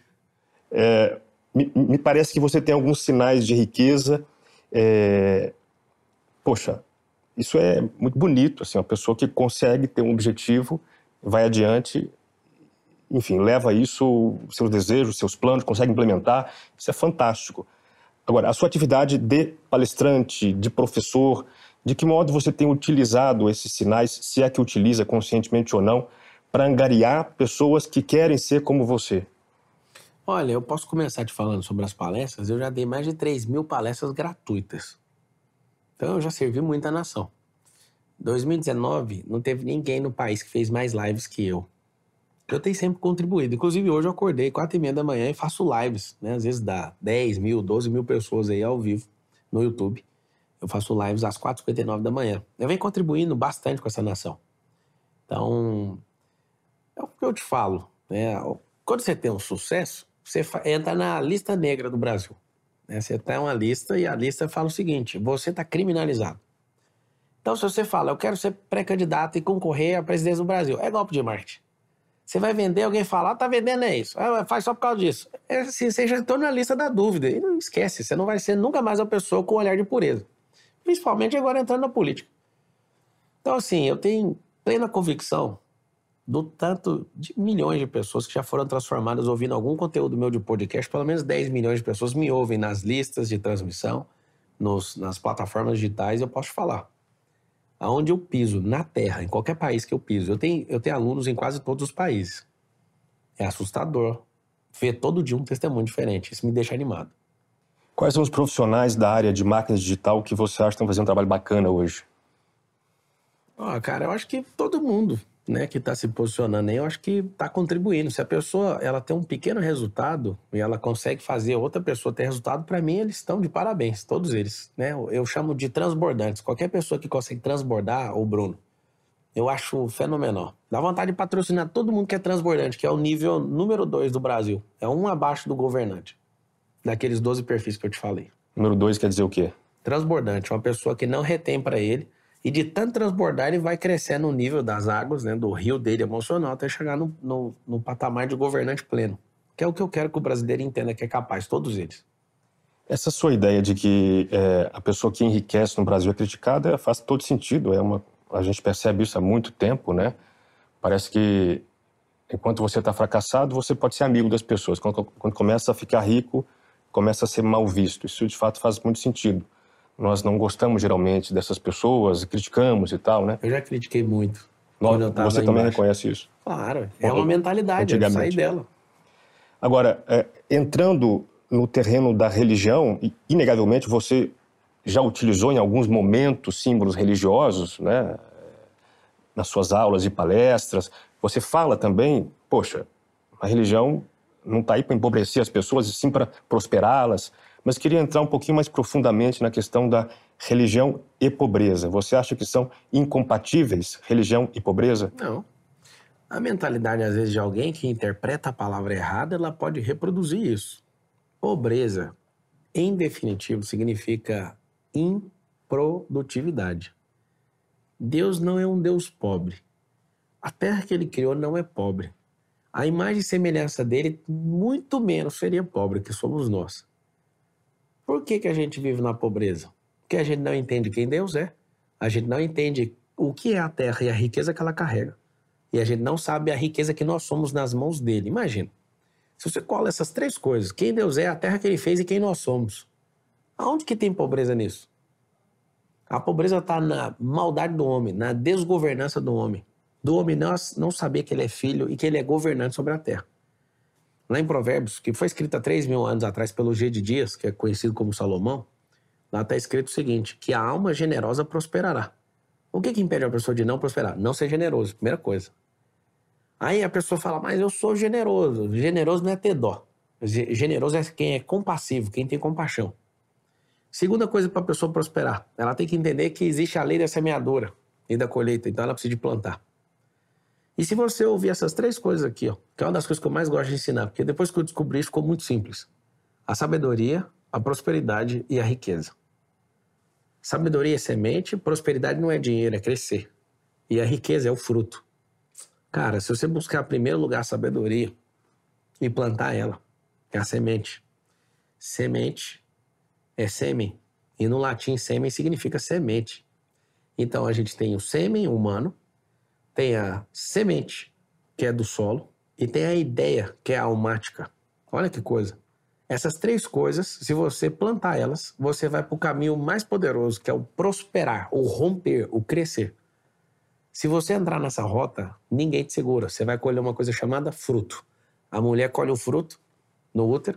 Me parece que você tem alguns sinais de riqueza. Poxa, isso é muito bonito, assim, uma pessoa que consegue ter um objetivo, vai adiante, enfim, leva isso, seus desejos, seus planos, consegue implementar, isso é fantástico. Agora, a sua atividade de palestrante, de professor, de que modo você tem utilizado esses sinais, se é que utiliza conscientemente ou não, para angariar pessoas que querem ser como você? Olha, eu posso começar te falando sobre as palestras. Eu já dei mais de 3.000 palestras gratuitas. Então eu já servi muita nação. Em 2019, não teve ninguém no país que fez mais lives que eu. Eu tenho sempre contribuído. Inclusive hoje eu acordei 4h30 da manhã e faço lives, né? Às vezes dá 10.000, 12.000 pessoas aí ao vivo no YouTube. Eu faço lives às 4h59 da manhã. Eu venho contribuindo bastante com essa nação. Então, é o que eu te falo, né? Quando você tem um sucesso, você entra na lista negra do Brasil. né? Você tem uma lista e a lista fala o seguinte: você está criminalizado. Então, se você fala, eu quero ser pré-candidato e concorrer à presidência do Brasil, é golpe de marketing. Você vai vender, alguém fala, tá vendendo é isso. Faz só por causa disso. É assim, você já entrou na lista da dúvida. E não esquece, você não vai ser nunca mais uma pessoa com um olhar de pureza. Principalmente agora entrando na política. Então, assim, eu tenho plena convicção do tanto de milhões de pessoas que já foram transformadas ouvindo algum conteúdo meu de podcast. Pelo menos 10 milhões de pessoas me ouvem nas listas de transmissão, nas plataformas digitais, eu posso te falar. Aonde eu piso, na terra, em qualquer país que eu piso, eu tenho alunos em quase todos os países. É assustador ver todo dia um testemunho diferente. Isso me deixa animado. Quais são os profissionais da área de marketing digital que você acha que estão fazendo um trabalho bacana hoje? Cara, eu acho que todo mundo, né, que está se posicionando aí, eu acho que está contribuindo. Se a pessoa ela tem um pequeno resultado e ela consegue fazer outra pessoa ter resultado, para mim eles estão de parabéns, todos eles, né? Eu chamo de transbordantes. Qualquer pessoa que consegue transbordar, o Bruno, eu acho fenomenal. Dá vontade de patrocinar todo mundo que é transbordante, que é o nível número 2 do Brasil. É um abaixo do governante, daqueles 12 perfis que eu te falei. Número 2 quer dizer o quê? Transbordante, uma pessoa que não retém para ele. E de tanto transbordar, ele vai crescendo no nível das águas, né, do rio dele emocional, até chegar no patamar de governante pleno. Que é o que eu quero que o brasileiro entenda que é capaz, todos eles. Essa sua ideia de que a pessoa que enriquece no Brasil é criticada faz todo sentido. A gente percebe isso há muito tempo, né? Parece que enquanto você está fracassado, você pode ser amigo das pessoas. Quando começa a ficar rico, começa a ser mal visto. Isso, de fato, faz muito sentido. Nós não gostamos, geralmente, dessas pessoas, criticamos e tal, né? Eu já critiquei muito. Você também reconhece isso? Claro, é uma mentalidade, eu saí dela. Agora, entrando no terreno da religião, inegavelmente você já utilizou em alguns momentos símbolos religiosos, né? Nas suas aulas e palestras. Você fala também, poxa, a religião não está aí para empobrecer as pessoas, e sim para prosperá-las. Mas queria entrar um pouquinho mais profundamente na questão da religião e pobreza. Você acha que são incompatíveis, religião e pobreza? Não. A mentalidade, às vezes, de alguém que interpreta a palavra errada, ela pode reproduzir isso. Pobreza, em definitivo, significa improdutividade. Deus não é um Deus pobre. A terra que ele criou não é pobre. A imagem e semelhança dele, muito menos seria pobre que somos nós. Por que a gente vive na pobreza? Porque a gente não entende quem Deus é. A gente não entende o que é a terra e a riqueza que ela carrega. E a gente não sabe a riqueza que nós somos nas mãos dele. Imagina, se você cola essas três coisas, quem Deus é, a terra que ele fez e quem nós somos. Aonde que tem pobreza nisso? A pobreza está na maldade do homem, na desgovernança do homem. Do homem não saber que ele é filho e que ele é governante sobre a terra. Lá em Provérbios, que foi escrito há 3.000 anos atrás pelo G de Dias, que é conhecido como Salomão, lá está escrito o seguinte, que a alma generosa prosperará. O que impede a pessoa de não prosperar? Não ser generoso, primeira coisa. Aí a pessoa fala, mas eu sou generoso. Generoso não é ter dó. Generoso é quem é compassivo, quem tem compaixão. Segunda coisa para a pessoa prosperar, ela tem que entender que existe a lei da semeadura e da colheita, então ela precisa de plantar. E se você ouvir essas três coisas aqui, ó, que é uma das coisas que eu mais gosto de ensinar, porque depois que eu descobri isso ficou muito simples. A sabedoria, a prosperidade e a riqueza. Sabedoria é semente, prosperidade não é dinheiro, é crescer. E a riqueza é o fruto. Cara, se você buscar em primeiro lugar a sabedoria e plantar ela, é a semente. Semente é sêmen. E no latim, sêmen significa semente. Então a gente tem o sêmen humano, tem a semente, que é do solo, e tem a ideia, que é a almática. Olha que coisa. Essas três coisas, se você plantar elas, você vai para o caminho mais poderoso, que é o prosperar, o romper, o crescer. Se você entrar nessa rota, ninguém te segura. Você vai colher uma coisa chamada fruto. A mulher colhe o fruto no útero.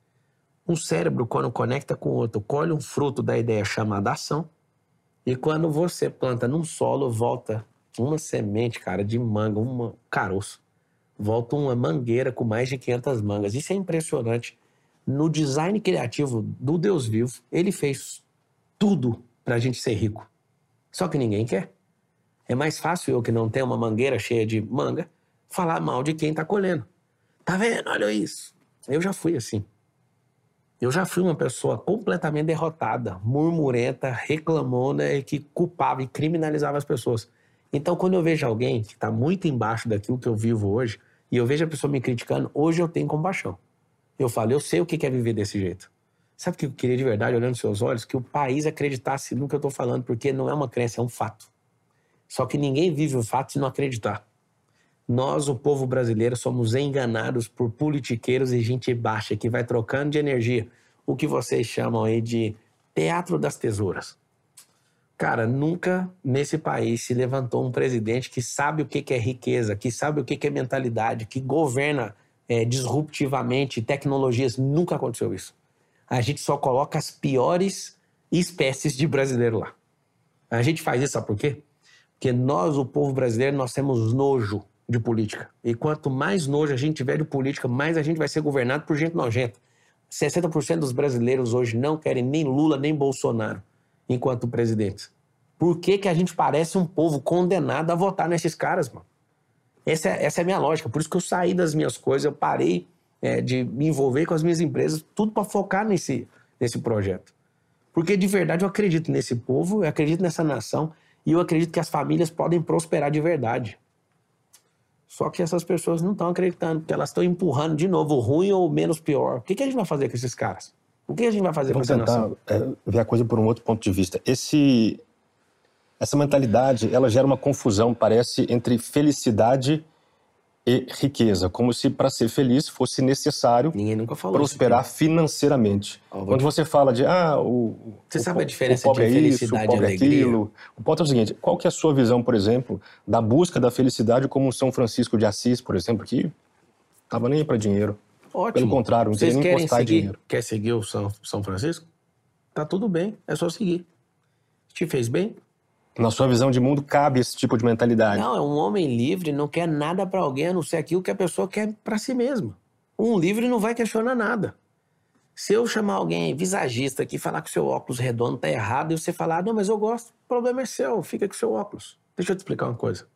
Um cérebro, quando conecta com o outro, colhe um fruto da ideia chamada ação. E quando você planta num solo, volta uma semente, cara, de manga, um caroço. Volta uma mangueira com mais de 500 mangas. Isso é impressionante. No design criativo do Deus vivo, ele fez tudo pra gente ser rico. Só que ninguém quer. É mais fácil eu, que não tenho uma mangueira cheia de manga, falar mal de quem tá colhendo. Tá vendo? Olha isso. Eu já fui assim. Eu já fui uma pessoa completamente derrotada, murmurenta, reclamona e que culpava e criminalizava as pessoas. Então, quando eu vejo alguém que está muito embaixo daquilo que eu vivo hoje, e eu vejo a pessoa me criticando, hoje eu tenho compaixão. Eu falo, eu sei o que é viver desse jeito. Sabe o que eu queria de verdade, olhando nos seus olhos? Que o país acreditasse no que eu estou falando, porque não é uma crença, é um fato. Só que ninguém vive o fato se não acreditar. Nós, o povo brasileiro, somos enganados por politiqueiros e gente baixa que vai trocando de energia. O que vocês chamam aí de teatro das tesouras. Cara, nunca nesse país se levantou um presidente que sabe o que é riqueza, que sabe o que é mentalidade, que governa disruptivamente tecnologias. Nunca aconteceu isso. A gente só coloca as piores espécies de brasileiro lá. A gente faz isso, sabe por quê? Porque nós, o povo brasileiro, nós temos nojo de política. E quanto mais nojo a gente tiver de política, mais a gente vai ser governado por gente nojenta. 60% dos brasileiros hoje não querem nem Lula nem Bolsonaro enquanto presidentes. Por que a gente parece um povo condenado a votar nesses caras, mano? Essa é a minha lógica. Por isso que eu saí das minhas coisas, eu parei de me envolver com as minhas empresas, tudo para focar nesse projeto. Porque de verdade eu acredito nesse povo, eu acredito nessa nação e eu acredito que as famílias podem prosperar de verdade. Só que essas pessoas não estão acreditando, porque elas estão empurrando de novo o ruim ou o menos pior. O que a gente vai fazer com esses caras? O que a gente vai fazer com essa nação? Vamos tentar ver a coisa por um outro ponto de vista. Essa mentalidade, ela gera uma confusão, parece, entre felicidade e riqueza, como se para ser feliz fosse necessário Ninguém nunca falou prosperar isso, financeiramente. Quando você fala de você sabe a diferença o pobre de felicidade é isso, o pobre e alegria? é aquilo. O ponto é o seguinte, qual que é a sua visão, por exemplo, da busca da felicidade como São Francisco de Assis, por exemplo, que estava nem aí para dinheiro. Ótimo. Pelo contrário, não queria nem encostar em dinheiro. Quer seguir o São Francisco? Tá tudo bem, é só seguir. Te fez bem? Na sua visão de mundo, cabe esse tipo de mentalidade? Não, é um homem livre, não quer nada para alguém, a não ser aquilo que a pessoa quer para si mesma. Um livre não vai questionar nada. Se eu chamar alguém visagista aqui e falar que o seu óculos redondo tá errado, e você falar, não, mas eu gosto, o problema é seu, fica com o seu óculos. Deixa eu te explicar uma coisa.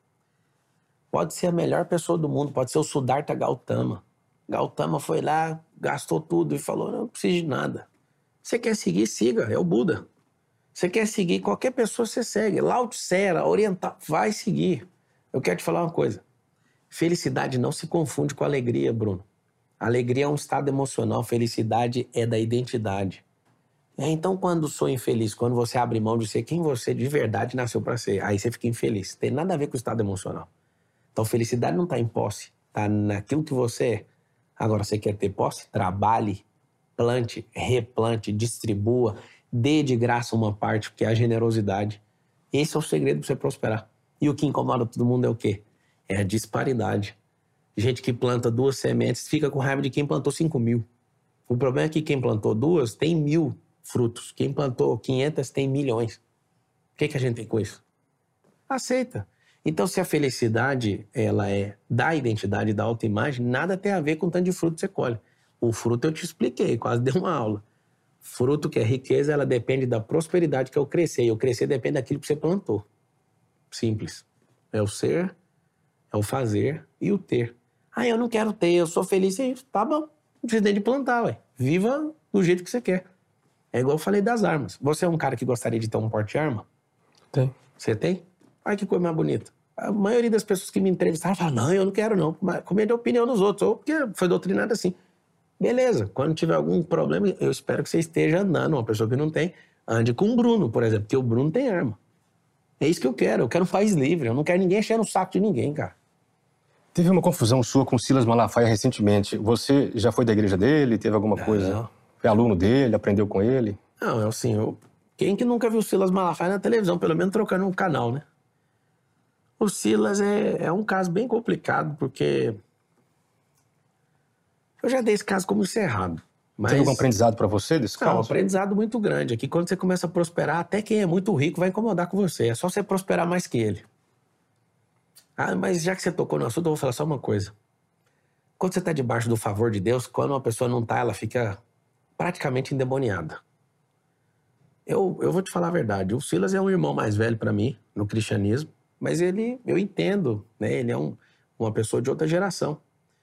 Pode ser a melhor pessoa do mundo, pode ser o Siddhartha Gautama. Gautama foi lá, gastou tudo e falou, não preciso de nada. Você quer seguir, siga, é o Buda. Você quer seguir qualquer pessoa, você segue. Lao Tse era oriental, vai seguir. Eu quero te falar uma coisa. Felicidade não se confunde com alegria, Bruno. Alegria é um estado emocional, felicidade é da identidade. Então, quando sou infeliz, quando você abre mão de ser quem você de verdade nasceu para ser, aí você fica infeliz. Tem nada a ver com o estado emocional. Então, felicidade não está em posse, está naquilo que você é. Agora, você quer ter posse? Trabalhe, plante, replante, distribua, dê de graça uma parte, porque é a generosidade. Esse é o segredo para você prosperar. E o que incomoda todo mundo é o quê? É a disparidade. Gente que planta 2 sementes fica com raiva de quem plantou 5.000. O problema é que quem plantou 2 tem 1.000 frutos. Quem plantou 500 tem milhões. O que a gente tem com isso? Aceita. Então, se a felicidade ela é da identidade, da autoimagem, nada tem a ver com o tanto de fruto que você colhe. O fruto eu te expliquei, quase dei uma aula. Fruto, que é riqueza, ela depende da prosperidade, que é o crescer. E o crescer depende daquilo que você plantou. Simples. É o ser, é o fazer e o ter. Ah, eu não quero ter, eu sou feliz. Tá bom, não precisa nem de plantar, ué. Viva do jeito que você quer. É igual eu falei das armas. Você é um cara que gostaria de ter um porte-arma? Tem. Você tem? Ai, que coisa mais bonita. A maioria das pessoas que me entrevistaram falam, não, eu não quero não. Com medo da opinião dos outros, ou porque foi doutrinado assim. Beleza, quando tiver algum problema, eu espero que você esteja andando. Uma pessoa que não tem, ande com o Bruno, por exemplo, porque o Bruno tem arma. É isso que eu quero um país livre. Eu não quero ninguém enchendo o saco de ninguém, cara. Teve uma confusão sua com o Silas Malafaia recentemente. Você já foi da igreja dele? Teve alguma coisa? Não. Foi aluno dele? Aprendeu com ele? Não, assim, quem que nunca viu o Silas Malafaia na televisão, pelo menos trocando um canal, né? O Silas é um caso bem complicado, porque eu já dei esse caso como encerrado. Mas teve algum aprendizado para você desse caso? Não, um aprendizado muito grande. Aqui, quando você começa a prosperar, até quem é muito rico vai incomodar com você. É só você prosperar mais que ele. Ah, mas já que você tocou no assunto, eu vou falar só uma coisa. Quando você está debaixo do favor de Deus, quando uma pessoa não está, ela fica praticamente endemoniada. Eu vou te falar a verdade. O Silas é um irmão mais velho para mim, no cristianismo. Mas eu entendo, né? Ele é uma pessoa de outra geração.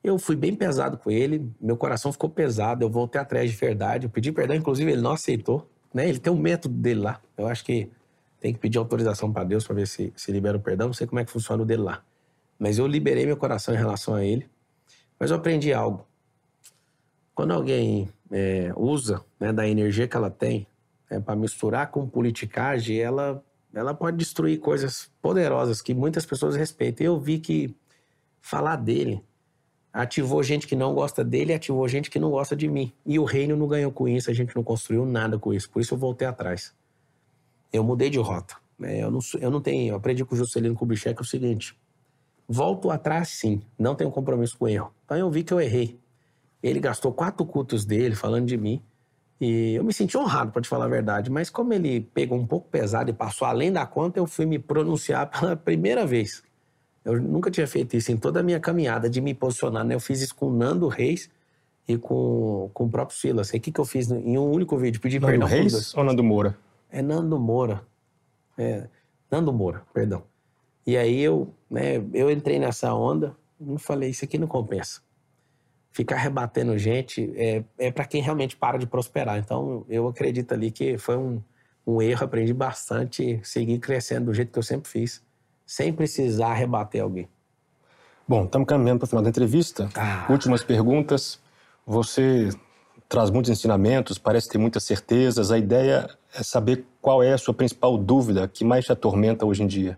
Eu fui bem pesado com ele, meu coração ficou pesado, eu voltei atrás de verdade, eu pedi perdão, inclusive ele não aceitou, né? Ele tem um método dele lá, eu acho que tem que pedir autorização para Deus para ver se libera o perdão, não sei como é que funciona o dele lá. Mas eu liberei meu coração em relação a ele, mas eu aprendi algo. Quando alguém usa, né, da energia que ela tem para misturar com politicagem, ela pode destruir coisas poderosas que muitas pessoas respeitam. E eu vi que falar dele ativou gente que não gosta dele e ativou gente que não gosta de mim. E o reino não ganhou com isso, a gente não construiu nada com isso. Por isso eu voltei atrás. Eu mudei de rota. Eu aprendi com o Juscelino Kubitschek o seguinte: volto atrás sim, não tenho compromisso com erro. Então eu vi que eu errei. Ele gastou 4 cultos dele falando de mim. E eu me senti honrado, para te falar a verdade. Mas como ele pegou um pouco pesado e passou além da conta, eu fui me pronunciar pela primeira vez. Eu nunca tinha feito isso em toda a minha caminhada de me posicionar, né? Eu fiz isso com o Nando Reis e com o próprio Silas. E o que eu fiz em um único vídeo? Pedi Nando perdão Reis pros dois. ou Nando Moura? É Nando Moura. Nando Moura, perdão. E aí eu entrei nessa onda e falei, isso aqui não compensa. Ficar rebatendo gente é para quem realmente para de prosperar. Então eu acredito ali que foi um erro, aprendi bastante, seguir crescendo do jeito que eu sempre fiz, sem precisar rebater alguém. Bom, estamos caminhando para o final da entrevista. Últimas perguntas. Você traz muitos ensinamentos, parece ter muitas certezas. A ideia é saber qual é a sua principal dúvida que mais te atormenta hoje em dia.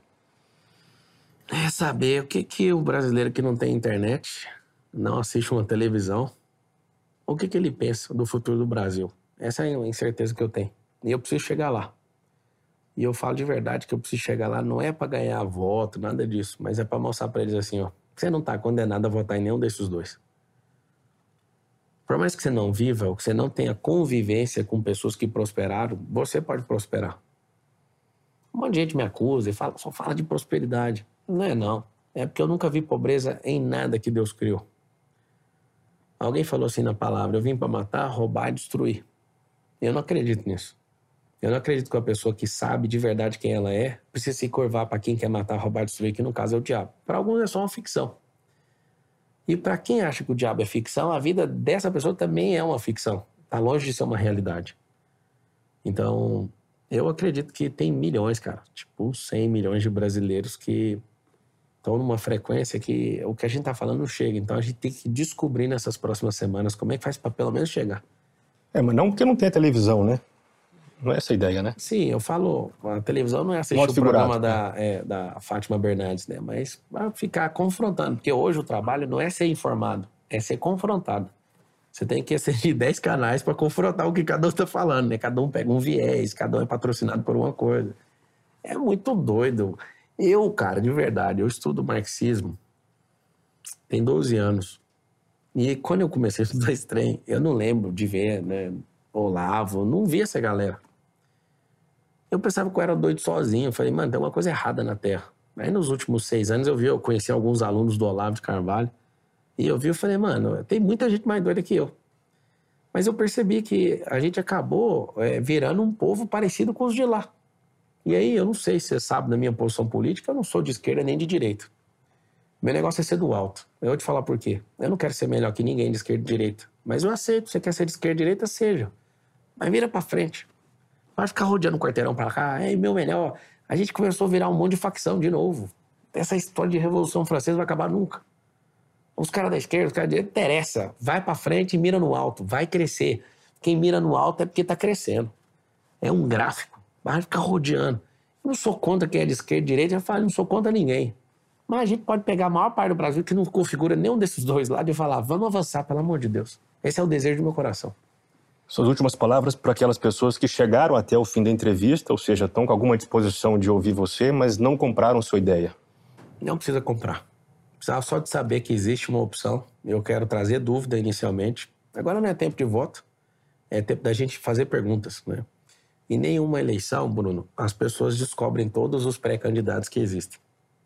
É saber o que o brasileiro que não tem internet, não assiste uma televisão, o que ele pensa do futuro do Brasil. Essa é a incerteza que eu tenho. E eu preciso chegar lá. E eu falo de verdade que eu preciso chegar lá, não é para ganhar voto, nada disso, mas é para mostrar para eles assim, ó, você não está condenado a votar em nenhum desses dois. Por mais que você não viva, ou que você não tenha convivência com pessoas que prosperaram, você pode prosperar. Um monte de gente me acusa e só fala de prosperidade. Não é não. É porque eu nunca vi pobreza em nada que Deus criou. Alguém falou assim na palavra, eu vim para matar, roubar e destruir. Eu não acredito nisso. Eu não acredito que uma pessoa que sabe de verdade quem ela é precisa se curvar para quem quer matar, roubar e destruir, que no caso é o diabo. Para alguns é só uma ficção. E para quem acha que o diabo é ficção, a vida dessa pessoa também é uma ficção. Está longe de ser uma realidade. Então, eu acredito que tem milhões, cara. Tipo, 100 milhões de brasileiros que estão numa frequência que o que a gente está falando não chega. Então, a gente tem que descobrir nessas próximas semanas como é que faz para pelo menos chegar. Mas não porque não tem televisão, né? Não é essa a ideia, né? Sim, eu falo, a televisão não é assistir o programa da Fátima Bernardes, né? Mas vai ficar confrontando, porque hoje o trabalho não é ser informado, é ser confrontado. Você tem que assistir 10 canais para confrontar o que cada um está falando, né? Cada um pega um viés, cada um é patrocinado por uma coisa. É muito doido. Eu, cara, de verdade, eu estudo marxismo tem 12 anos. E quando eu comecei a estudar esse trem, eu não lembro de ver, né? Olavo, não vi essa galera. Eu pensava que eu era doido sozinho. Eu falei, mano, tem uma coisa errada na Terra. Aí nos últimos 6 anos eu conheci alguns alunos do Olavo de Carvalho. E eu falei, mano, tem muita gente mais doida que eu. Mas eu percebi que a gente acabou virando um povo parecido com os de lá. E aí, eu não sei se você sabe da minha posição política, eu não sou de esquerda nem de direita. Meu negócio é ser do alto. Eu vou te falar por quê. Eu não quero ser melhor que ninguém de esquerda e direita. Mas eu aceito. Você quer ser de esquerda e direita? Seja. Mas vira pra frente. Vai ficar rodeando o quarteirão pra cá. Meu melhor. A gente começou a virar um monte de facção de novo. Essa história de Revolução Francesa vai acabar nunca. Os caras da esquerda, os caras da direita, interessa. Vai pra frente e mira no alto. Vai crescer. Quem mira no alto é porque tá crescendo. É um gráfico. Vai ficar rodeando. Eu não sou contra quem é de esquerda e direita. Eu falo, não sou contra ninguém. Mas a gente pode pegar a maior parte do Brasil que não configura nenhum desses dois lados e falar, vamos avançar, pelo amor de Deus. Esse é o desejo do meu coração. Suas últimas palavras para aquelas pessoas que chegaram até o fim da entrevista, ou seja, estão com alguma disposição de ouvir você, mas não compraram sua ideia. Não precisa comprar. Precisava só de saber que existe uma opção. Eu quero trazer dúvida inicialmente. Agora não é tempo de voto, é tempo da gente fazer perguntas, né? Em nenhuma eleição, Bruno, as pessoas descobrem todos os pré-candidatos que existem.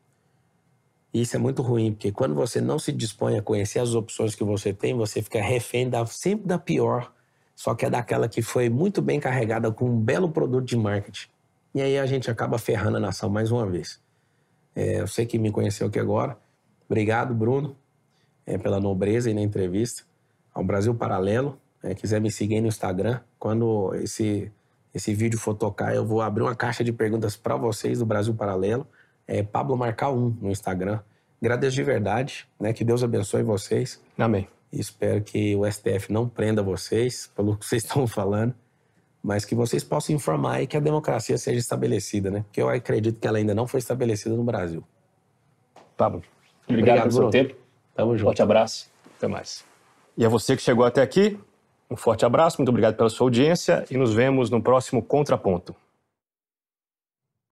E isso é muito ruim, porque quando você não se dispõe a conhecer as opções que você tem, você fica refém sempre da pior, só que é daquela que foi muito bem carregada com um belo produto de marketing. E aí a gente acaba ferrando a nação mais uma vez. Eu sei que me conheceu aqui agora. Obrigado, Bruno. pela nobreza e na entrevista. Ao Brasil Paralelo. Quiser me seguir no Instagram, quando esse vídeo for tocar, eu vou abrir uma caixa de perguntas para vocês do Brasil Paralelo. Pablo Marcal 1 no Instagram. Agradeço de verdade, né? Que Deus abençoe vocês. Amém. E espero que o STF não prenda vocês, pelo que vocês estão falando, mas que vocês possam informar e que a democracia seja estabelecida, né? Porque eu acredito que ela ainda não foi estabelecida no Brasil. Pablo, obrigado pelo seu tempo. Tamo junto. Forte abraço. Até mais. E a você que chegou até aqui, um forte abraço, muito obrigado pela sua audiência e nos vemos no próximo Contraponto.